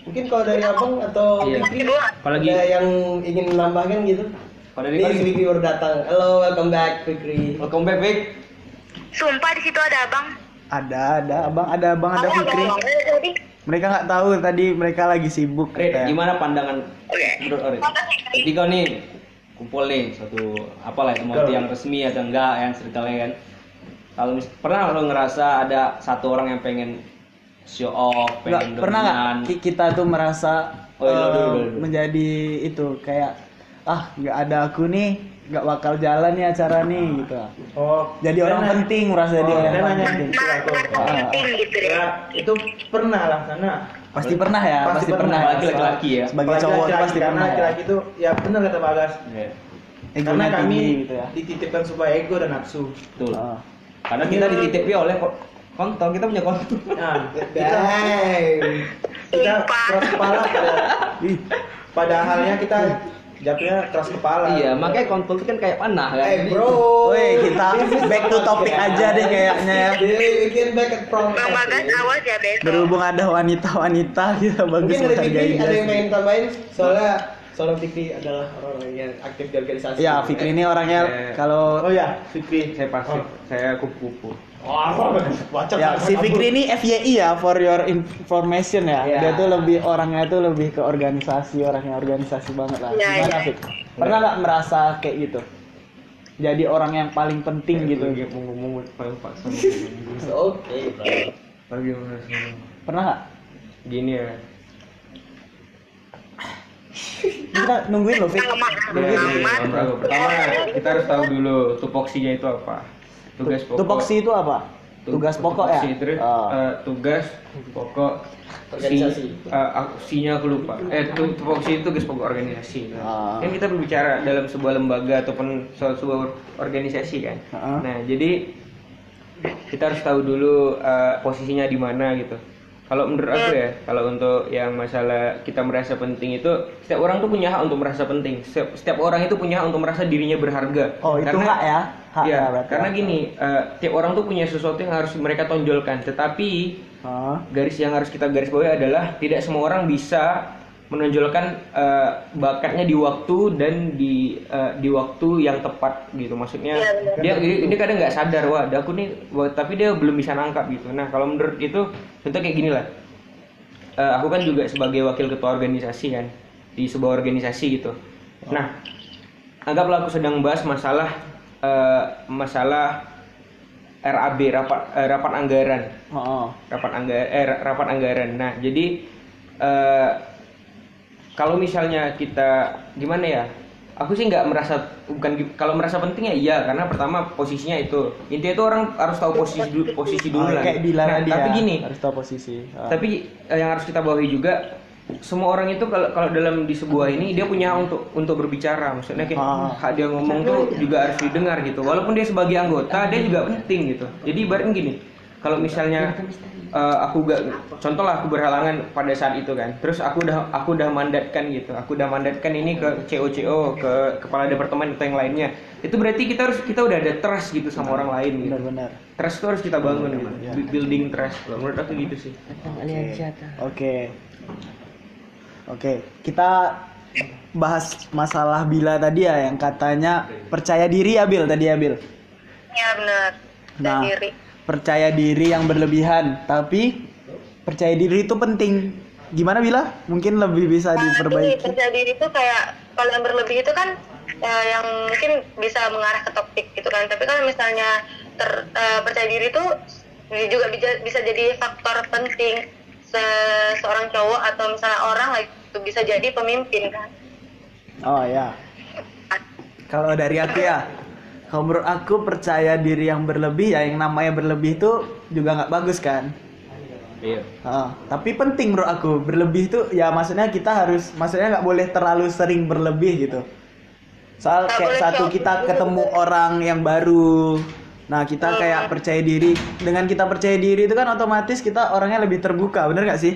Mungkin kalau dari abang atau Iya. Fikri Apalagi ada yang ingin menambahkan gitu? kalau dari Ini si Fikri baru datang. Halo, welcome back Fikri. welcome back Vic. Sumpah di situ ada abang. Ada, ada abang, ada abang, ada Abang, Fikri. abang, abang, tadi. Mereka nggak tahu tadi mereka lagi sibuk. Red, katanya. gimana pandangan Oke. menurut Red? Makasih, Red. Jadi kau nih kumpul nih satu apalah itu mau itu yang resmi atau enggak yang cerita kan. Kalau mis- pernah lo ngerasa ada satu orang yang pengen show off, Nggak, pengen pernah nggak dominan? ki- kita tuh merasa Oh, iya, eh, dulu, dulu, dulu. menjadi itu kayak ah nggak ada aku nih nggak bakal jalan nih acara nih gitu. Oh, Jadi orang dan- penting merasa dia Oh, orang dan nanya penting. gitu aku. Merasa penting gitu deh. Ya, itu pernah lah karena Pasti pernah ya, Pasti pasti, pernah. pernah. Apalagi laki-laki ya. Sebagai apalagi cowok tuh laki-laki, pasti karena pernah. Ya. laki-laki itu ya benar kata Bagas. Iya, Egonya Karena kami tinggi gitu ya. dititipkan supaya ego dan nafsu. betul. Oh. Karena kita dititipi oleh ko- kontol, kita punya kontol. Nah, kita Dang. kita keras kepala pada Ih, pada halnya kita jawabnya keras kepala. Iya, makanya kontol itu kan kayak panah kan. Eh bro. woi kita back to topic aja deh kayaknya ya. Jadi bikin back at prom. Bang Bagas awas ya besok. Berhubung ada wanita-wanita kita bagus Mungkin dari Fikri menghargai ada yang dia. pengen tambahin soalnya soalnya Fikri adalah orang yang aktif di organisasi. Ya Fikri ini orangnya Eh, kalau Oh ya, Fikri. Saya pasif, Oh. saya kupu-kupu. Oh, baca ya si Fikri ini F Y I ya for your information ya. Ya. Dia tuh lebih orangnya tuh lebih ke organisasi, orangnya organisasi banget lah. Ya, Gimana ya. Fik? Pernah nggak merasa kayak gitu? Jadi orang yang paling penting gitu. Lagi mau ngomong paling paksa. Oke, bro. Bagaimana semua? Pernah nggak? Gini ya. Kita nungguin loh Fik. Amat. Ya, Amat. pertama, pertama kita harus tahu dulu tupoksinya itu apa. Tugas pokok. Tupoksi itu apa? Tu- Tugas pokok ya? tupoksi, terus, Oh. eh, tugas pokok Organisasi. si, eh, aku- sinya aku lupa. Eh tu, tupoksi itu tugas pokok organisasi. Nah, Ah. Kan kita berbicara dalam sebuah lembaga ataupun suatu sebuah organisasi kan. Ah. Nah, jadi kita harus tahu dulu eh, posisinya di mana gitu. Kalau menurut aku ya, kalau untuk yang masalah kita merasa penting itu, setiap orang tuh punya hak untuk merasa penting. Setiap, setiap orang itu punya hak untuk merasa dirinya berharga. Oh itu hak ya? Hak ya, ya berarti. karena gini, eh, tiap orang tuh punya sesuatu yang harus mereka tonjolkan. Tetapi Ah. garis yang harus kita garis bawahi adalah tidak semua orang bisa menonjolkan eh, bakatnya di waktu dan di eh, di waktu yang tepat gitu. Maksudnya Iya, benar. dia ini kadang nggak sadar, wah aku nih, wah, tapi dia belum bisa nangkap gitu. Nah kalau menurut itu contoh kayak gini lah. Eh, aku kan juga sebagai wakil ketua organisasi kan di sebuah organisasi gitu. Nah anggaplah aku sedang bahas masalah eh, masalah R A B rapat eh, rapat anggaran Oh. rapat anggaran eh, rapat anggaran. Nah, jadi eh, kalau misalnya kita gimana ya? Aku sih nggak merasa bukan gi- kalau merasa penting ya iya karena pertama posisinya itu. Intinya itu orang harus tahu posisi dulu posisi dulu Oh, lah. kayak Dilan Nah, tadi tapi ya, gini, harus tahu posisi. Ah. tapi eh, yang harus kita bawahi juga semua orang itu kalau kalau dalam di sebuah ini dia punya hak untuk untuk berbicara. Maksudnya kayak Ah. hak dia ngomong tuh juga harus didengar gitu. Walaupun dia sebagai anggota dia juga penting gitu. Jadi ibaratnya gini, kalau misalnya eh, aku gak contoh lah aku berhalangan pada saat itu kan. Terus aku udah aku udah mandatkan gitu. Aku udah mandatkan ini ke C O C O, ke kepala departemen atau yang lainnya. Itu berarti kita harus kita udah ada trust gitu sama orang lain gitu. Benar-benar. Trust itu harus kita bangun gitu. Ya. Building trust. Menurut aku gitu sih. Oke. Oke, kita bahas masalah Bila tadi ya yang katanya percaya diri ya Bil tadi ya Bil. Ya benar. Nah, Sendiri. percaya diri yang berlebihan, tapi percaya diri itu penting. Gimana Bila? Mungkin lebih bisa Nah, tapi diperbaiki. percaya diri itu kayak kalau yang berlebih itu kan eh, yang mungkin bisa mengarah ke topik gitu kan. Tapi kalau misalnya ter, eh, percaya diri itu juga bisa, bisa jadi faktor penting se- seorang cowok atau misalnya orang lah itu bisa jadi pemimpin kan. Oh ya. Kalau dari aku ya, kalau menurut aku percaya diri yang berlebih ya yang namanya berlebih itu juga nggak bagus kan. Iya. Ah, tapi penting menurut aku berlebih itu ya maksudnya kita harus maksudnya nggak boleh terlalu sering berlebih gitu. Soal Nggak kayak boleh satu shock. kita ketemu orang yang baru, nah kita kayak percaya diri. Dengan kita percaya diri itu kan otomatis kita orangnya lebih terbuka, bener nggak sih?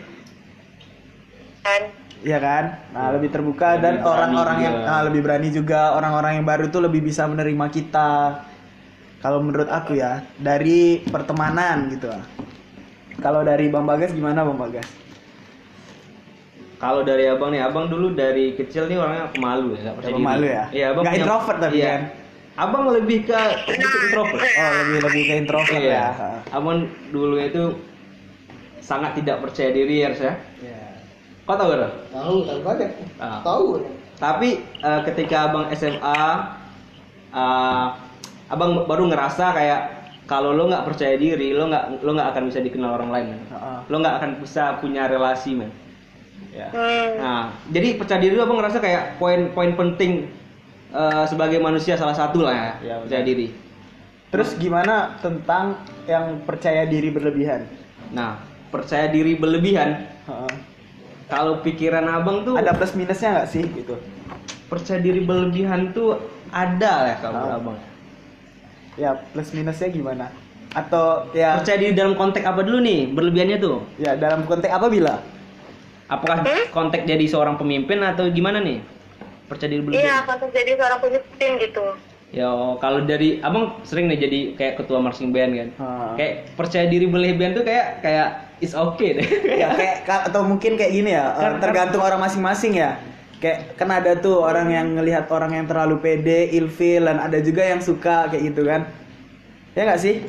Kan? Iya kan? Nah lebih terbuka Lebih dan berani orang-orang yang juga. ah, lebih berani juga orang-orang yang baru tuh lebih bisa menerima kita. Kalau menurut aku ya dari pertemanan gitu. Kalau dari Bang Bagas gimana Bang Bagas? Kalau dari abang nih, abang dulu dari kecil nih orangnya pemalu ya, nggak percaya diri. Pemalu ya? Iya, abang Nggak punya- introvert tapi iya. kan? Abang lebih ke sedikit introvert. Oh lebih lebih ke introvert Iya. ya. Abang dulu itu sangat tidak percaya diri harus ya. Ya. Kau tahu kan? Tahu, tahu banget. Ah. Tahu. Tapi eh, ketika abang S M A, eh, abang baru ngerasa kayak kalau lo nggak percaya diri, lo nggak lo nggak akan bisa dikenal orang lain, man. Heeh. Lo nggak akan bisa punya relasi, man. Ya. Hmm. Nah, jadi percaya diri lo abang ngerasa kayak poin-poin penting eh, sebagai manusia salah satu lah ya, Ya, percaya benar. diri. Terus gimana tentang yang percaya diri berlebihan? Nah, percaya diri berlebihan, Heeh. kalau pikiran abang tuh Ada plus minusnya nggak sih gitu? percaya diri berlebihan tuh ada ya kalau Ah. abang. Ya plus minusnya gimana? Atau ya Percaya diri dalam konteks apa dulu nih berlebihannya tuh? ya dalam konteks apa bila? Apakah konteks jadi seorang pemimpin atau gimana nih? Percaya diri Iya, berlebihan? kalau jadi seorang pemimpin gitu. Ya kalau dari abang sering nih jadi kayak ketua marching band kan. Ah. Kayak percaya diri berlebihan tuh kayak kayak is okay deh. Ya kayak ka- atau mungkin kayak gini ya, eh, Kan- tergantung orang masing-masing ya. Kayak kan ada tuh orang yang ngelihat orang yang terlalu pede, ilfil, dan ada juga yang suka kayak gitu kan. Ya nggak sih?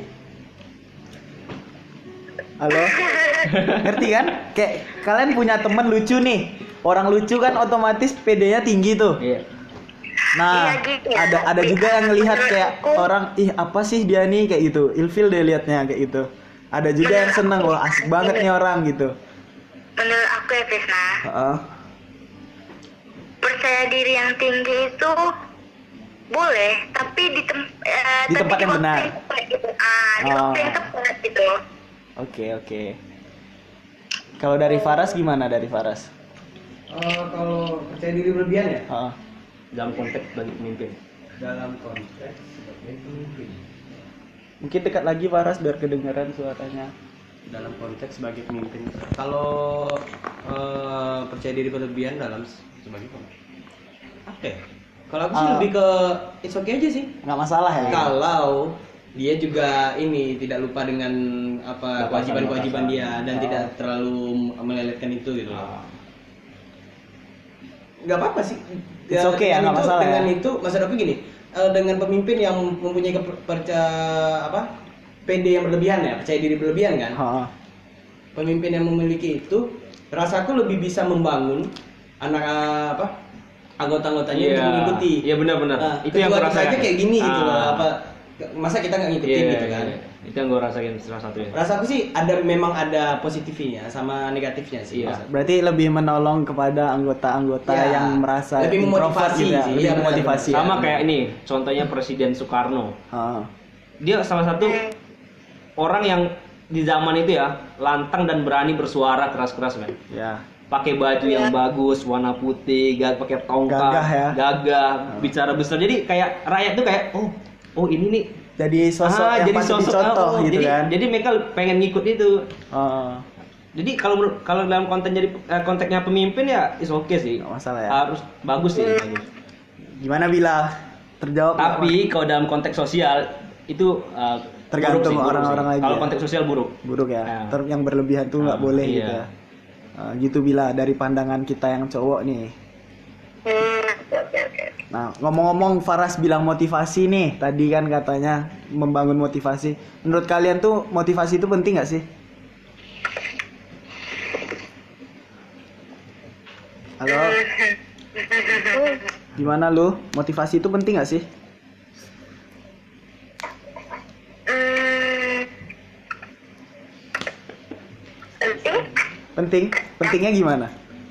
Halo? Ngerti kan? Kayak kalian punya temen lucu nih. Orang lucu kan otomatis pedenya tinggi tuh. Iya. Nah, Iya, gitu ya. ada ada juga yang ngelihat Menurut kayak aku- orang, ih apa sih dia nih kayak gitu. Ilfil deh liatnya kayak gitu. Ada juga yang seneng, wah asik banget nih orang gitu. Menurut aku ya Krisna, Heeh. percaya diri yang tinggi itu boleh, tapi di, tem- eh, Di tapi tempat yang waktu benar. tepat gitu. Ah, di waktu Oh. yang tepat gitu. Oke, oke. Kalau dari Faras gimana dari Faras? Eh, kalau percaya diri berlebihan ya? Heeh. Dalam konteks bagi pemimpin. Dalam konteks sebagai pemimpin. Mungkin dekat lagi Faras biar kedengaran suaranya. Dalam konteks sebagai pemimpin. Kalau eh, percaya diri berlebihan dalam s- sebagai pemimpin. Oke. Kalau aku sih Ah. lebih ke it's okay aja sih. Nggak masalah ya? Kalau dia juga ini tidak lupa dengan apa Batasan- kewajiban-kewajiban batasan. dia dan Oh. tidak terlalu melelehkan itu gitu loh. Ah. Nggak apa-apa sih. It's okay ya, dengan nggak itu- masalah Dengan ya. itu maksud aku gini, eh, dengan pemimpin yang mempunyai kepercaya apa? P D yang berlebihan ya, percaya diri berlebihan kan. Heeh. Pemimpin yang memiliki itu rasaku lebih bisa membangun anak eh, apa? Anggota-anggotanya Iya. untuk mengikuti. Iya, benar-benar. Nah, Itu yang kedua gua rasakan. aja kayak gini gitu loh. Ah. Apa masa kita nggak ngikutin Iya, gitu kan? iya. Itu yang gue rasain salah satunya. Rasaku sih ada memang ada positifnya sama negatifnya sih. Iya. Masa. Berarti lebih menolong kepada anggota-anggota Ya, yang merasa lebih introvert memotivasi gitu ya. sih. Lebih Iya, benar, memotivasi. benar. Sama ya. kayak ini, contohnya Presiden Soekarno. Heeh. Dia salah satu orang yang di zaman itu ya lantang dan berani bersuara keras-keras, men. Ya. Pakai baju yang bagus, warna putih, gak pakai tongkat, Gagah ya. gagah, bicara besar. Jadi kayak rakyat tuh kayak, oh, oh ini nih. Jadi sosok Ah, yang jadi patut sosok dicontoh oh, gitu jadi, kan. Jadi mereka pengen ngikut itu. Heeh. Jadi kalau menurut- kalau dalam konten jadi eh, konteksnya pemimpin ya is oke sih. Nggak masalah ya. Harus bagus sih, bagus. Gimana bila terjawab? nggak, Tapi kalau dalam konteks sosial itu uh, Tergantung buruk sih, buruk orang-orang sih. lagi Kalau ya. konteks sosial buruk. Mas? Buruk ya. Ya. Ter- yang berlebihan tuh nggak Ah, boleh iya. gitu ya. Ah, gitu bila dari pandangan kita yang cowok nih. Hmm, oke oke oke. Nah, ngomong-ngomong Faras bilang motivasi nih. Tadi kan katanya membangun motivasi. Menurut kalian tuh motivasi itu penting nggak sih? Halo, gimana lu? Motivasi itu penting nggak sih? Hmm, penting? Penting? Pentingnya gimana?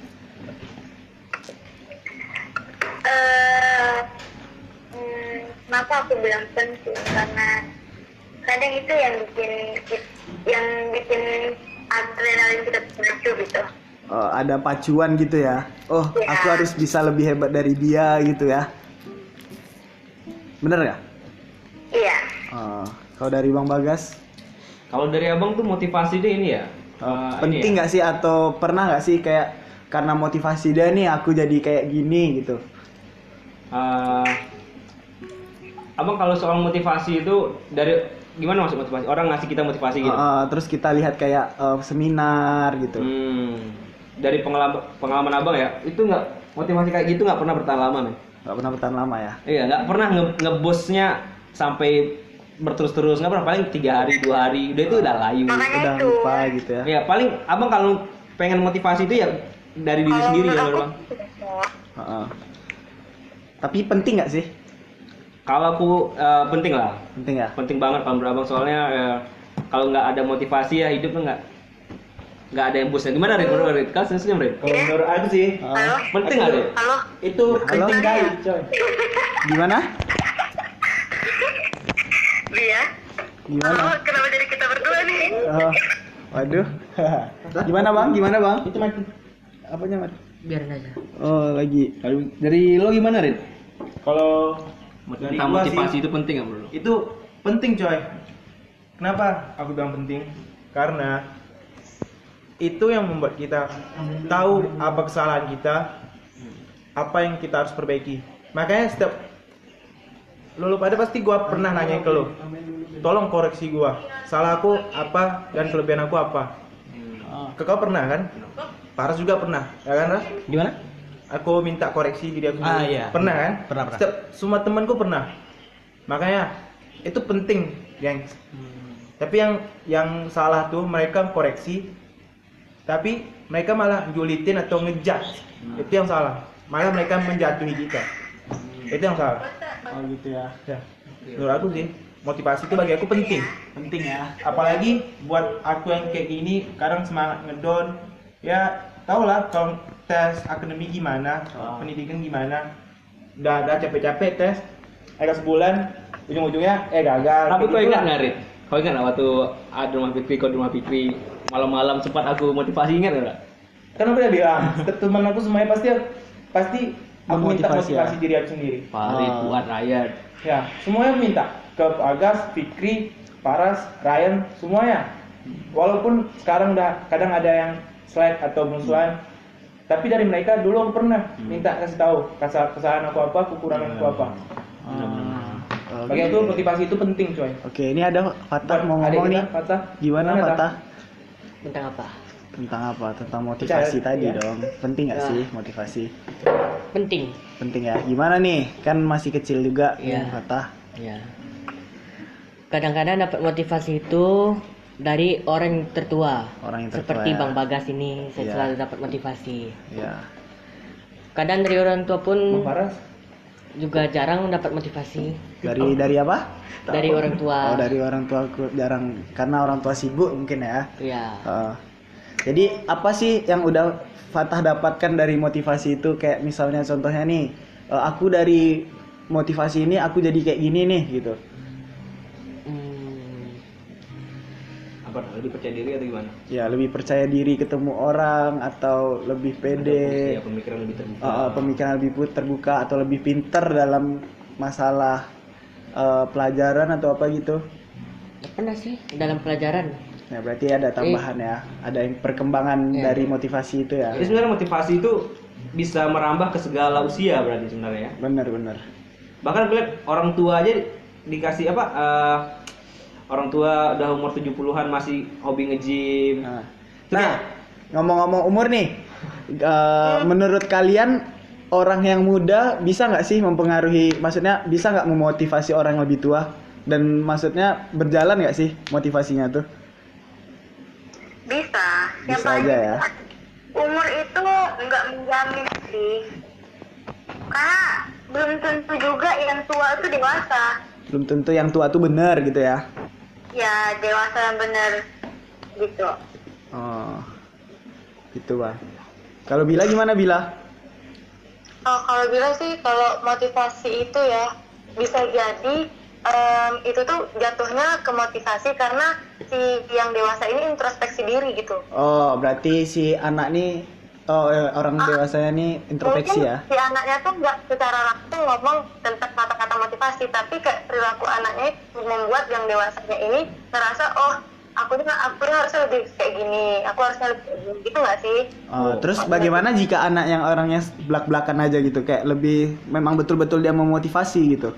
Eh, hmm, kenapa aku bilang penting? Karena kadang itu yang bikin yang bikin adrenalin kita terpacu gitu. Oh, ada pacuan gitu ya. Oh, Ya. aku harus bisa lebih hebat dari dia gitu ya. Bener nggak? Iya. Oh, kalau dari Bang Bagas, Kalau dari abang tuh motivasi deh ini ya. oh, eh, penting ini ya. nggak sih atau pernah nggak sih kayak karena motivasi dia nih aku jadi kayak gini gitu? Eh, abang kalau soal motivasi itu dari gimana maksud motivasi? Orang ngasih kita motivasi gitu. Uh, uh, terus kita lihat kayak uh, seminar gitu. Hmm. dari pengalaman pengalaman abang ya, itu nggak motivasi kayak gitu nggak pernah bertahan lama nih. Nggak pernah bertahan lama ya. Iya, nggak pernah nge ngebosnya sampai berterus-terus, nggak pernah, paling tiga hari dua hari udah itu udah layu. Makanya Udah itu. lupa gitu ya. Ya paling abang kalau pengen motivasi itu ya dari diri Kalau sendiri ya menurut bang. aku, Heeh. Tapi penting nggak sih? Kalau aku eh, penting lah, Penting ya. penting banget kalau menurut abang, soalnya eh, kalau nggak ada motivasi ya hidup tuh nggak nggak ada yang busnya. Gimana Rid? Menurut Rid? Kan senyum Rid? Kalau menurut aku sih Halo? Penting nggak Rid? Halo? itu penting Halo? kali, coy. Gimana? Dia? Gimana? Halo, kenapa jadi kita berdua nih? Oh, waduh. Gimana bang? Gimana bang? Itu mati. Apanya mat? Biarin aja. Oh lagi. Kalau dari lo gimana Rid? Kalau dari Tentang gua motivasi sih, itu penting nggak menurut lo? itu penting, coy. Kenapa aku bilang penting? Karena itu yang membuat kita tahu apa kesalahan kita, apa yang kita harus perbaiki. Makanya setiap lu lu pada pasti gua pernah nanya ke lu, tolong koreksi gua, salah aku apa dan kelebihan aku apa. Ke kau pernah kan? Paras juga pernah, ya kan Ras? Gimana? Aku minta koreksi diri aku Ah, sendiri. iya. Pernah kan? Pernah, pernah. Setiap semua temanku pernah. Makanya itu penting, gengs. Tapi yang yang salah tuh mereka koreksi, tapi mereka malah julitin atau ngejudge. Itu yang salah. Malah mereka menjatuhi kita. Itu yang salah. Oh gitu ya. Ya. Menurut aku sih, motivasi itu bagi aku penting. Penting ya. Apalagi buat aku yang kayak gini, sekarang semangat ngedown. Ya, tau lah kalau tes akademik gimana, pendidikan gimana. Udah udah capek-capek tes, agak sebulan, ujung-ujungnya eh gagal. Tapi Kayak kau gitu ingat lah. nggak Rid? Kau ingat nggak waktu ada rumah Fikri, kau di rumah Fikri malam-malam sempat aku motivasi, ingat nggak? Kan aku udah bilang, setiap teman aku semuanya pasti pasti aku minta Memotivasi ya? motivasi diri aku sendiri. Farid, Oh. Fuad, Ryan. Ya, semuanya aku minta ke Agas, Fikri, Paras, Ryan, semuanya. Walaupun sekarang udah kadang ada yang slide atau musuhan, tapi dari mereka dulu aku pernah minta kasih tahu kesalahan kesalahan aku apa, kekurangan aku apa. Oh, Bagi aku motivasi itu penting, coy. Oke, ini ada Fatah Buat mau adik ngomong kita, nih. Fatah. Gimana Gimana, Fatah? Tentang apa? Tentang apa? Tentang motivasi Percaya, tadi iya. dong. Penting nggak Ya. sih motivasi? Penting. Penting ya. Gimana nih? Kan masih kecil juga Iya. Fatah. Ya. Kadang-kadang dapat motivasi itu dari orang yang tertua. Orang yang tertua, Seperti ya. Bang Bagas ini, saya Iya. selalu dapat motivasi. Ya. Kadang dari orang tua Bang pun Paras, juga jarang mendapat motivasi. Dari dari apa? Dari orang tua. Oh, dari orang tua aku jarang karena orang tua sibuk mungkin ya. Ya. Heeh. Jadi apa sih yang udah Fatah dapatkan dari motivasi itu, kayak misalnya contohnya nih, eh, aku dari motivasi ini aku jadi kayak gini nih gitu. Hmm, Apa? Lebih percaya diri atau gimana? Ya lebih percaya diri ketemu orang atau lebih Ya, pede, pemikiran lebih terbuka. eh, eh, pemikiran lebih pu- terbuka atau lebih pinter dalam masalah eh, pelajaran atau apa gitu. nggak pernah sih dalam pelajaran. Ya berarti ada tambahan ya, ada yang perkembangan Iya. dari motivasi itu ya. Jadi sebenarnya motivasi itu bisa merambah ke segala usia berarti sebenarnya ya. Bener-bener. Bahkan gue liat orang tua aja dikasih apa? eh, orang tua udah umur tujuh puluhan masih hobi nge-gym. Nah, nah, ngomong-ngomong umur nih, eh, menurut kalian orang yang muda bisa nggak sih mempengaruhi, maksudnya bisa nggak memotivasi orang yang lebih tua? Dan maksudnya berjalan nggak sih motivasinya tuh? Bisa. Yang Bisa paling aja ya. umur itu nggak menjamin sih. Karena belum tentu juga yang tua itu dewasa. Belum tentu yang tua tuh bener gitu ya. Ya, dewasa yang benar gitu. Oh, gitu bang. Kalau Bila gimana Bila? Oh, kalau bilang sih kalau motivasi itu ya bisa jadi em, itu tuh jatuhnya ke motivasi karena si yang dewasa ini introspeksi diri gitu. Oh, berarti si anak nih, oh eh, orang dewasanya nih introspeksi Mungkin ya? si anaknya tuh nggak secara langsung ngomong tentang kata-kata motivasi, tapi kayak perilaku anaknya itu membuat yang dewasanya ini ngerasa oh aku nih aku nih harusnya lebih kayak gini, aku harusnya lebih kayak gini, gitu nggak sih? Oh, terus bagaimana jika anak yang orangnya belak-belakan aja gitu, kayak lebih memang betul-betul dia memotivasi gitu?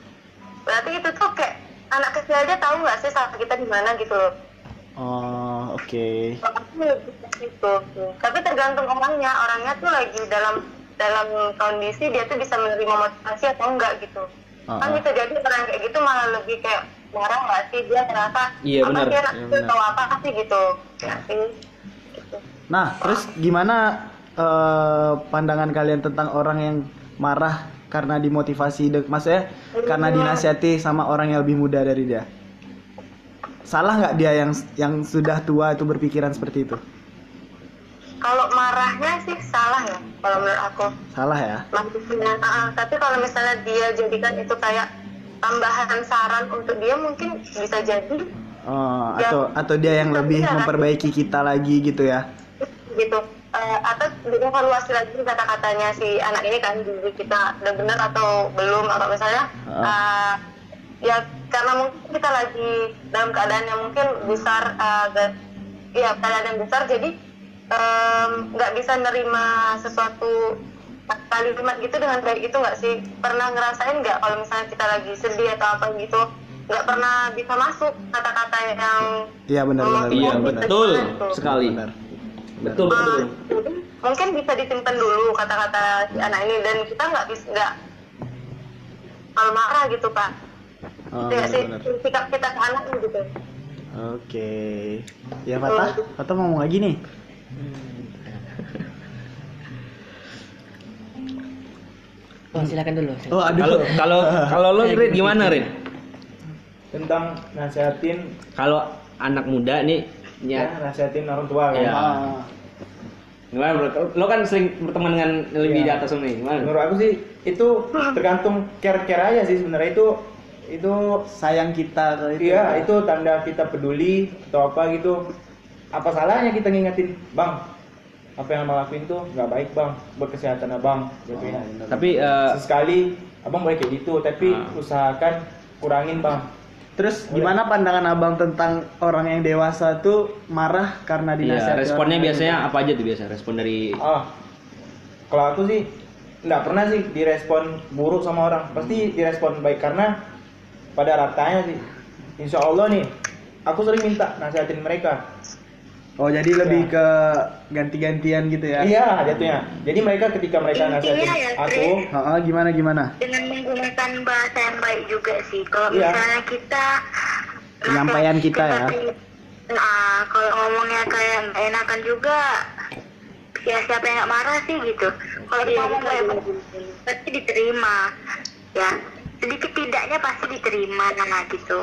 Berarti itu tuh kayak anak kecil aja tahu nggak sih saat kita di mana gitu loh. Oh, Oke. Kalau aku lebih ke situ. Tapi tergantung orangnya. Orangnya tuh lagi dalam dalam kondisi dia tuh bisa menerima motivasi atau enggak gitu. Uh-uh. Kan bisa jadi orang kayak gitu malah lebih kayak marah nggak sih, dia terasa Iya, apa benar. sih anak Iya, itu benar. tahu apa sih gitu. Ya sih. Gitu. Nah, terus gimana eh, pandangan kalian tentang orang yang marah karena dimotivasi, de- maksudnya karena dinasihati sama orang yang lebih muda dari dia? Salah nggak dia yang yang sudah tua itu berpikiran seperti itu? Kalau marahnya sih salah ya, kalau menurut aku. Salah ya? Maksudnya, uh, tapi kalau misalnya dia jadikan itu kayak tambahan saran untuk dia, mungkin bisa jadi Oh, Ya. atau atau dia yang lebih Iya. memperbaiki kita lagi gitu ya? gitu. Uh, atau dievaluasi lagi kata-katanya si anak ini kan, diri kita udah benar atau belum, atau misalnya Uh. uh, ya karena mungkin kita lagi dalam keadaan yang mungkin besar, uh, ga- ya keadaan yang besar, jadi nggak um, bisa nerima sesuatu kalimat gitu dengan baik. Itu nggak sih, pernah ngerasain nggak kalau misalnya kita lagi sedih atau apa gitu, nggak pernah bisa masuk kata-kata yang Iya benar benar. Iya, benar, benar. betul Betul. sekali. Benar. Betul, Uh, betul. jadi mungkin bisa disimpan dulu kata-kata si anak ini, dan kita nggak bisa nggak kalau marah gitu Pak. Oh, Itu ya sih benar. sikap kita ke anak gitu. Oke. Ya Fatah, Fatah mau ngomong lagi nih. Oh, silakan dulu. Oh, Kalau aduh. kalau kalau lo Rin, gimana Rin? Tentang nasihatin, Kalau anak muda nih ya, ya, nasihatin orang tua kan. Iya. Ah, gimana bro? Lo kan sering berteman dengan lebih Iya. di atas lo nih, gimana? Menurut aku sih itu tergantung care-care aja sih sebenarnya. Itu itu sayang kita ke itu. iya, itu tanda kita peduli atau apa gitu. Apa salahnya kita ngingetin, Bang, apa yang abang lakuin tuh nggak baik Bang, buat kesehatan abang gitu ya. Tapi eh, Sesekali abang boleh kayak gitu, tapi Ah. usahakan kurangin Bang. Terus gimana pandangan abang tentang orang yang dewasa tuh marah karena iya, dinasihati? responnya orang biasanya lain? apa aja tuh biasa? Respon dari Ah, kalau aku sih nggak pernah sih direspon buruk sama orang, pasti direspon baik karena pada ratanya sih, insya Allah nih, aku sering minta nasihatin mereka. Oh jadi lebih ke ganti-gantian gitu ya? Iya, jatuhnya. Jadi mereka ketika mereka nasihatin Intinya ya, aku, Oh, gimana gimana? Dengan menggunakan bahasa yang baik juga sih. Kalau Iya. misalnya kita Penyampaian kita ya. Nah, kalau ngomongnya kayak nggak enakan juga, ya siapa yang nggak marah sih gitu. Kalau kita ngomong kayak pasti diterima, ya sedikit tidaknya pasti diterima, nah gitu.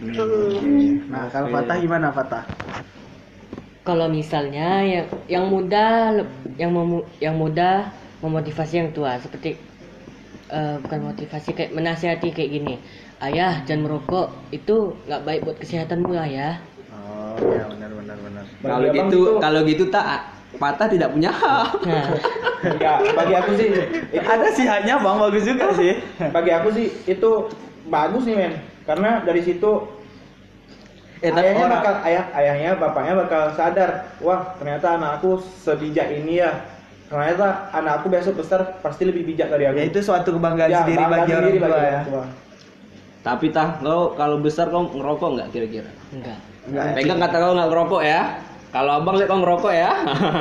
Nah kalau Fatah gimana Fatah? Kalau misalnya yang yang muda yang memu, yang muda memotivasi yang tua, seperti eh, bukan motivasi, kayak menasihati kayak gini, ayah jangan merokok, itu nggak baik buat kesehatanmu ayah. Oh ya benar benar benar. kalau Bagi abang gitu itu- kalau gitu tak Patah tidak punya hak. Nah, ya bagi aku sih itu Ada sih hanya bang bagus juga sih. bagi aku sih itu bagus nih men, karena dari situ Eh, tapi ayahnya orang- bakal ayah ayahnya bapaknya bakal sadar, wah ternyata anak aku sebijak ini ya, ternyata anak aku besok besar pasti lebih bijak dari aku. Ya itu suatu kebanggaan Ya, sendiri bangga bagi orang sendiri tua bagi ya. orang tua. Tapi tah, lo kalau besar kau ngerokok nggak kira-kira? enggak. Enggak. Pegang kata kau nggak ngerokok ya. Kalau abang lihat kau ngerokok ya.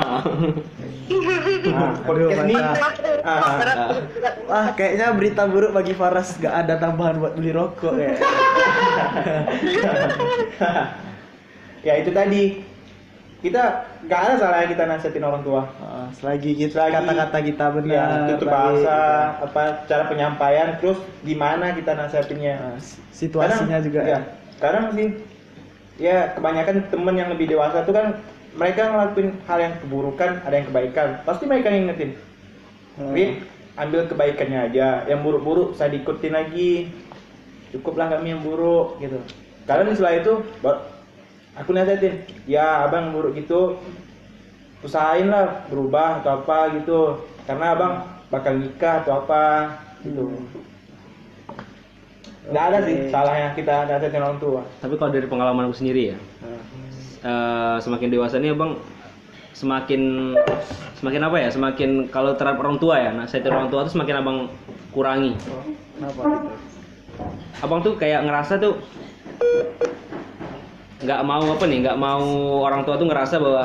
Nah, podcast ini Fatah. ah, Wah kayaknya berita buruk bagi Faras, gak ada tambahan buat beli rokok ya. ya itu tadi, kita nggak ada salahnya kita nasihatin orang tua. Oh, selagi kita Selagi- kata-kata kita Ya, benar, tutur baik, bahasa, gitu. apa cara penyampaian, terus gimana kita nasihatinnya. Nah, situasinya Kadang- juga ya, kadang sih ya kebanyakan temen yang lebih dewasa tuh kan mereka ngelakuin hal yang keburukan, ada yang kebaikan, pasti mereka ngingetin. Hmm. Tapi ambil kebaikannya aja, yang buruk-buruk saya diikutin lagi, cukuplah kami yang buruk gitu. Karena setelah itu baru aku nasihatin, ya abang buruk gitu, usahain lah berubah atau apa gitu, karena abang bakal nikah atau apa gitu. Nggak ada sih Oke. salahnya kita nasihatin orang tua. Tapi kalau dari pengalaman aku sendiri ya, eh, semakin dewasa nih abang semakin semakin apa ya, semakin kalau terhadap orang tua ya, nasihatin orang tua tuh semakin abang kurangi. Kenapa gitu? Abang tuh kayak ngerasa tuh nggak mau apa nih, nggak mau orang tua tuh ngerasa bahwa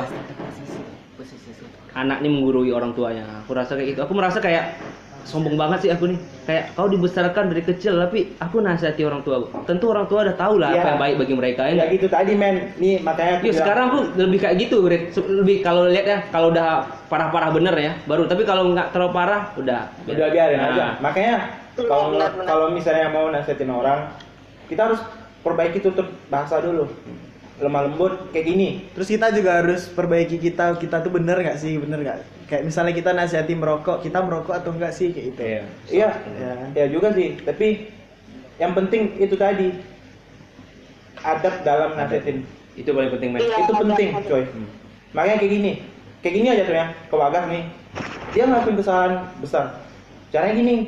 anak ini menggurui orang tuanya. Aku rasa kayak gitu. Aku merasa kayak sombong banget sih aku nih. Kayak kau dibesarkan dari kecil, tapi aku nasihati orang tua. Tentu orang tua udah tahu lah Ya. apa yang baik bagi mereka ya. Ya nggak? gitu tadi men. Nih makanya aku Yuk, bilang, sekarang aku lebih kayak gitu, Rit. Se- lebih kalau lihat ya, kalau udah parah-parah bener ya, baru. Tapi kalau nggak terlalu parah, udah. udah biarin Nah. aja. Makanya kalau Benar-benar. kalau misalnya mau nasihatin orang, kita harus perbaiki tutur bahasa dulu. Lemah lembut kayak gini. Terus kita juga harus perbaiki kita kita tuh bener nggak sih, bener nggak? Kayak misalnya kita nasihati merokok, kita merokok atau enggak sih kayak gitu. Iya. Iya, Ya. ya juga sih. Tapi yang penting itu tadi adab dalam nasihatin. Itu paling penting, men. Iya. Itu penting, adab. coy. Makanya kayak gini, kayak gini aja tuh ya. Ke Bagas nih, dia ngelakuin kesalahan besar. Caranya gini,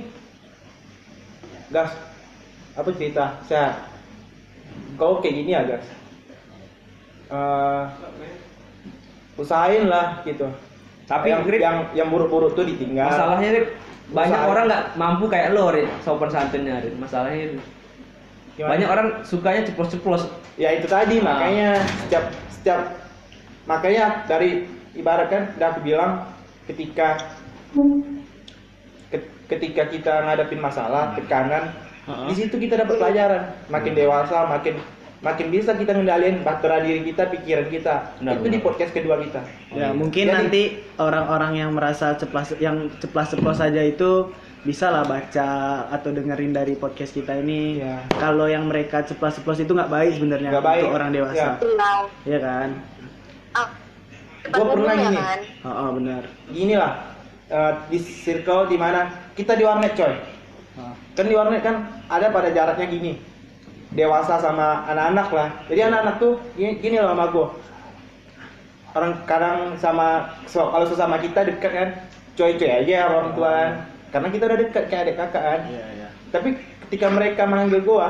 Gas, apa cerita? Saya, kau kayak gini ya, Gas. Eh, usahain lah gitu. Tapi, yang Rit, yang yang buruk-buruk tuh ditinggal. masalahnya, Rit, banyak Usahain. orang nggak mampu kayak lo, Rit, sopan santunnya, Rit. Masalahnya Rit. Gimana? Banyak orang sukanya ceplos-ceplos. Ya itu tadi, Ah. makanya setiap setiap makanya dari ibarat kan udah aku bilang ketika ke- ketika kita ngadepin masalah tekanan, di situ kita dapat pelajaran. Makin dewasa, makin makin bisa kita ngendalin bahtera diri kita, pikiran kita. Benar, itu di benar. podcast kedua kita. Ya mungkin Jadi- nanti orang-orang yang merasa ceplas yang ceplas-ceplos saja itu bisa lah baca atau dengerin dari podcast kita ini. Ya. Kalau yang mereka ceplas-ceplos itu nggak baik sebenarnya Nggak baik. untuk orang dewasa. Ya. Nah, Iya kan? ah, Gua pernah ya gini. kan? Oh, oh benar. Gini lah, eh, di circle di mana kita di warnet, coy. Oh. Kan di warnet kan ada pada jaraknya gini, dewasa sama anak-anak lah. Jadi anak-anak tuh gini, gini loh sama gue. Orang kadang sama so, kalau sesama kita dekat kan, coy-coy aja orang tua kan. Karena kita udah dekat kayak adik kakak kan. Iya, iya. Tapi ketika mereka manggil gue,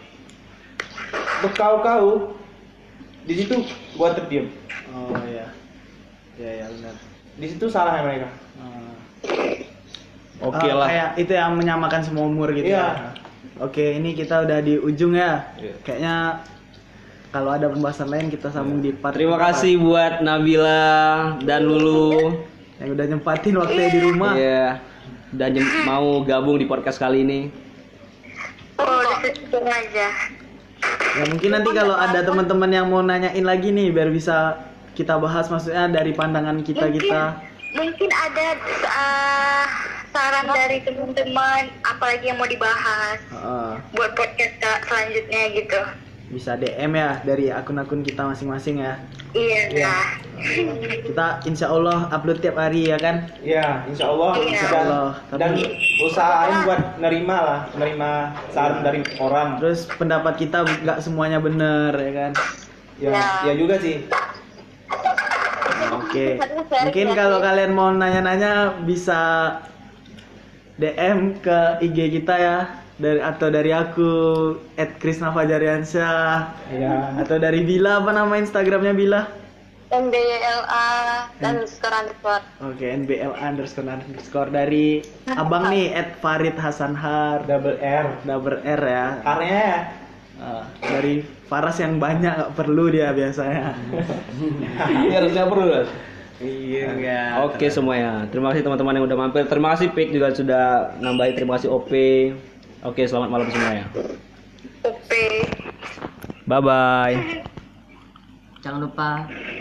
berkau-kau, di situ gue terdiam. Oh iya. Iya, iya benar. Di situ salahnya mereka. Oh. Oke Oh, lah. Kayak itu yang menyamakan semua umur gitu Iya. ya. Oke, ini kita udah di ujung ya. Iya. Kayaknya kalau ada pembahasan lain kita sambung di part Terima keempat. kasih buat Nabila dan Lulu. yang udah nyempatin waktunya di rumah. Iya. Dan jem- mau gabung di podcast kali ini. Oh, udah sesuatu aja. Ya mungkin nanti kalau ada teman-teman yang mau nanyain lagi nih biar bisa kita bahas maksudnya dari pandangan kita kita. Mungkin ada uh, saran dari teman-teman, apalagi yang mau dibahas Heeh. buat podcast ka- selanjutnya gitu. Bisa D M ya dari akun-akun kita masing-masing ya. Iya, nah. Kita insya Allah upload tiap hari ya kan. Ya, insya Allah. Iya. Dan, Insya Allah. dan Tapi- usahain buat nerima lah, nerima saran dari orang. Terus pendapat kita nggak semuanya bener ya kan. Ya, Ya. ya juga sih. Nah, Oke. Mungkin kalau kalian mau nanya-nanya bisa D M ke I G kita ya dari atau dari aku et krisna fajariansyah Ya. atau dari Bila, apa nama Instagramnya Bila? N B L A dan underscore underscore. Oke, N B L A underscore underscore dari abang nih et Farid Hasanhar Double R. double R ya. Karena ya. Ah, dari Faras yang banyak nggak perlu dia biasanya. Iya, harusnya perlu lah. Iya enggak. Oke semuanya. Terima kasih teman-teman yang udah mampir. Terima kasih Pik juga sudah nambahin. Terima kasih O P. Oke, selamat malam semuanya. Oke. Bye bye. Jangan lupa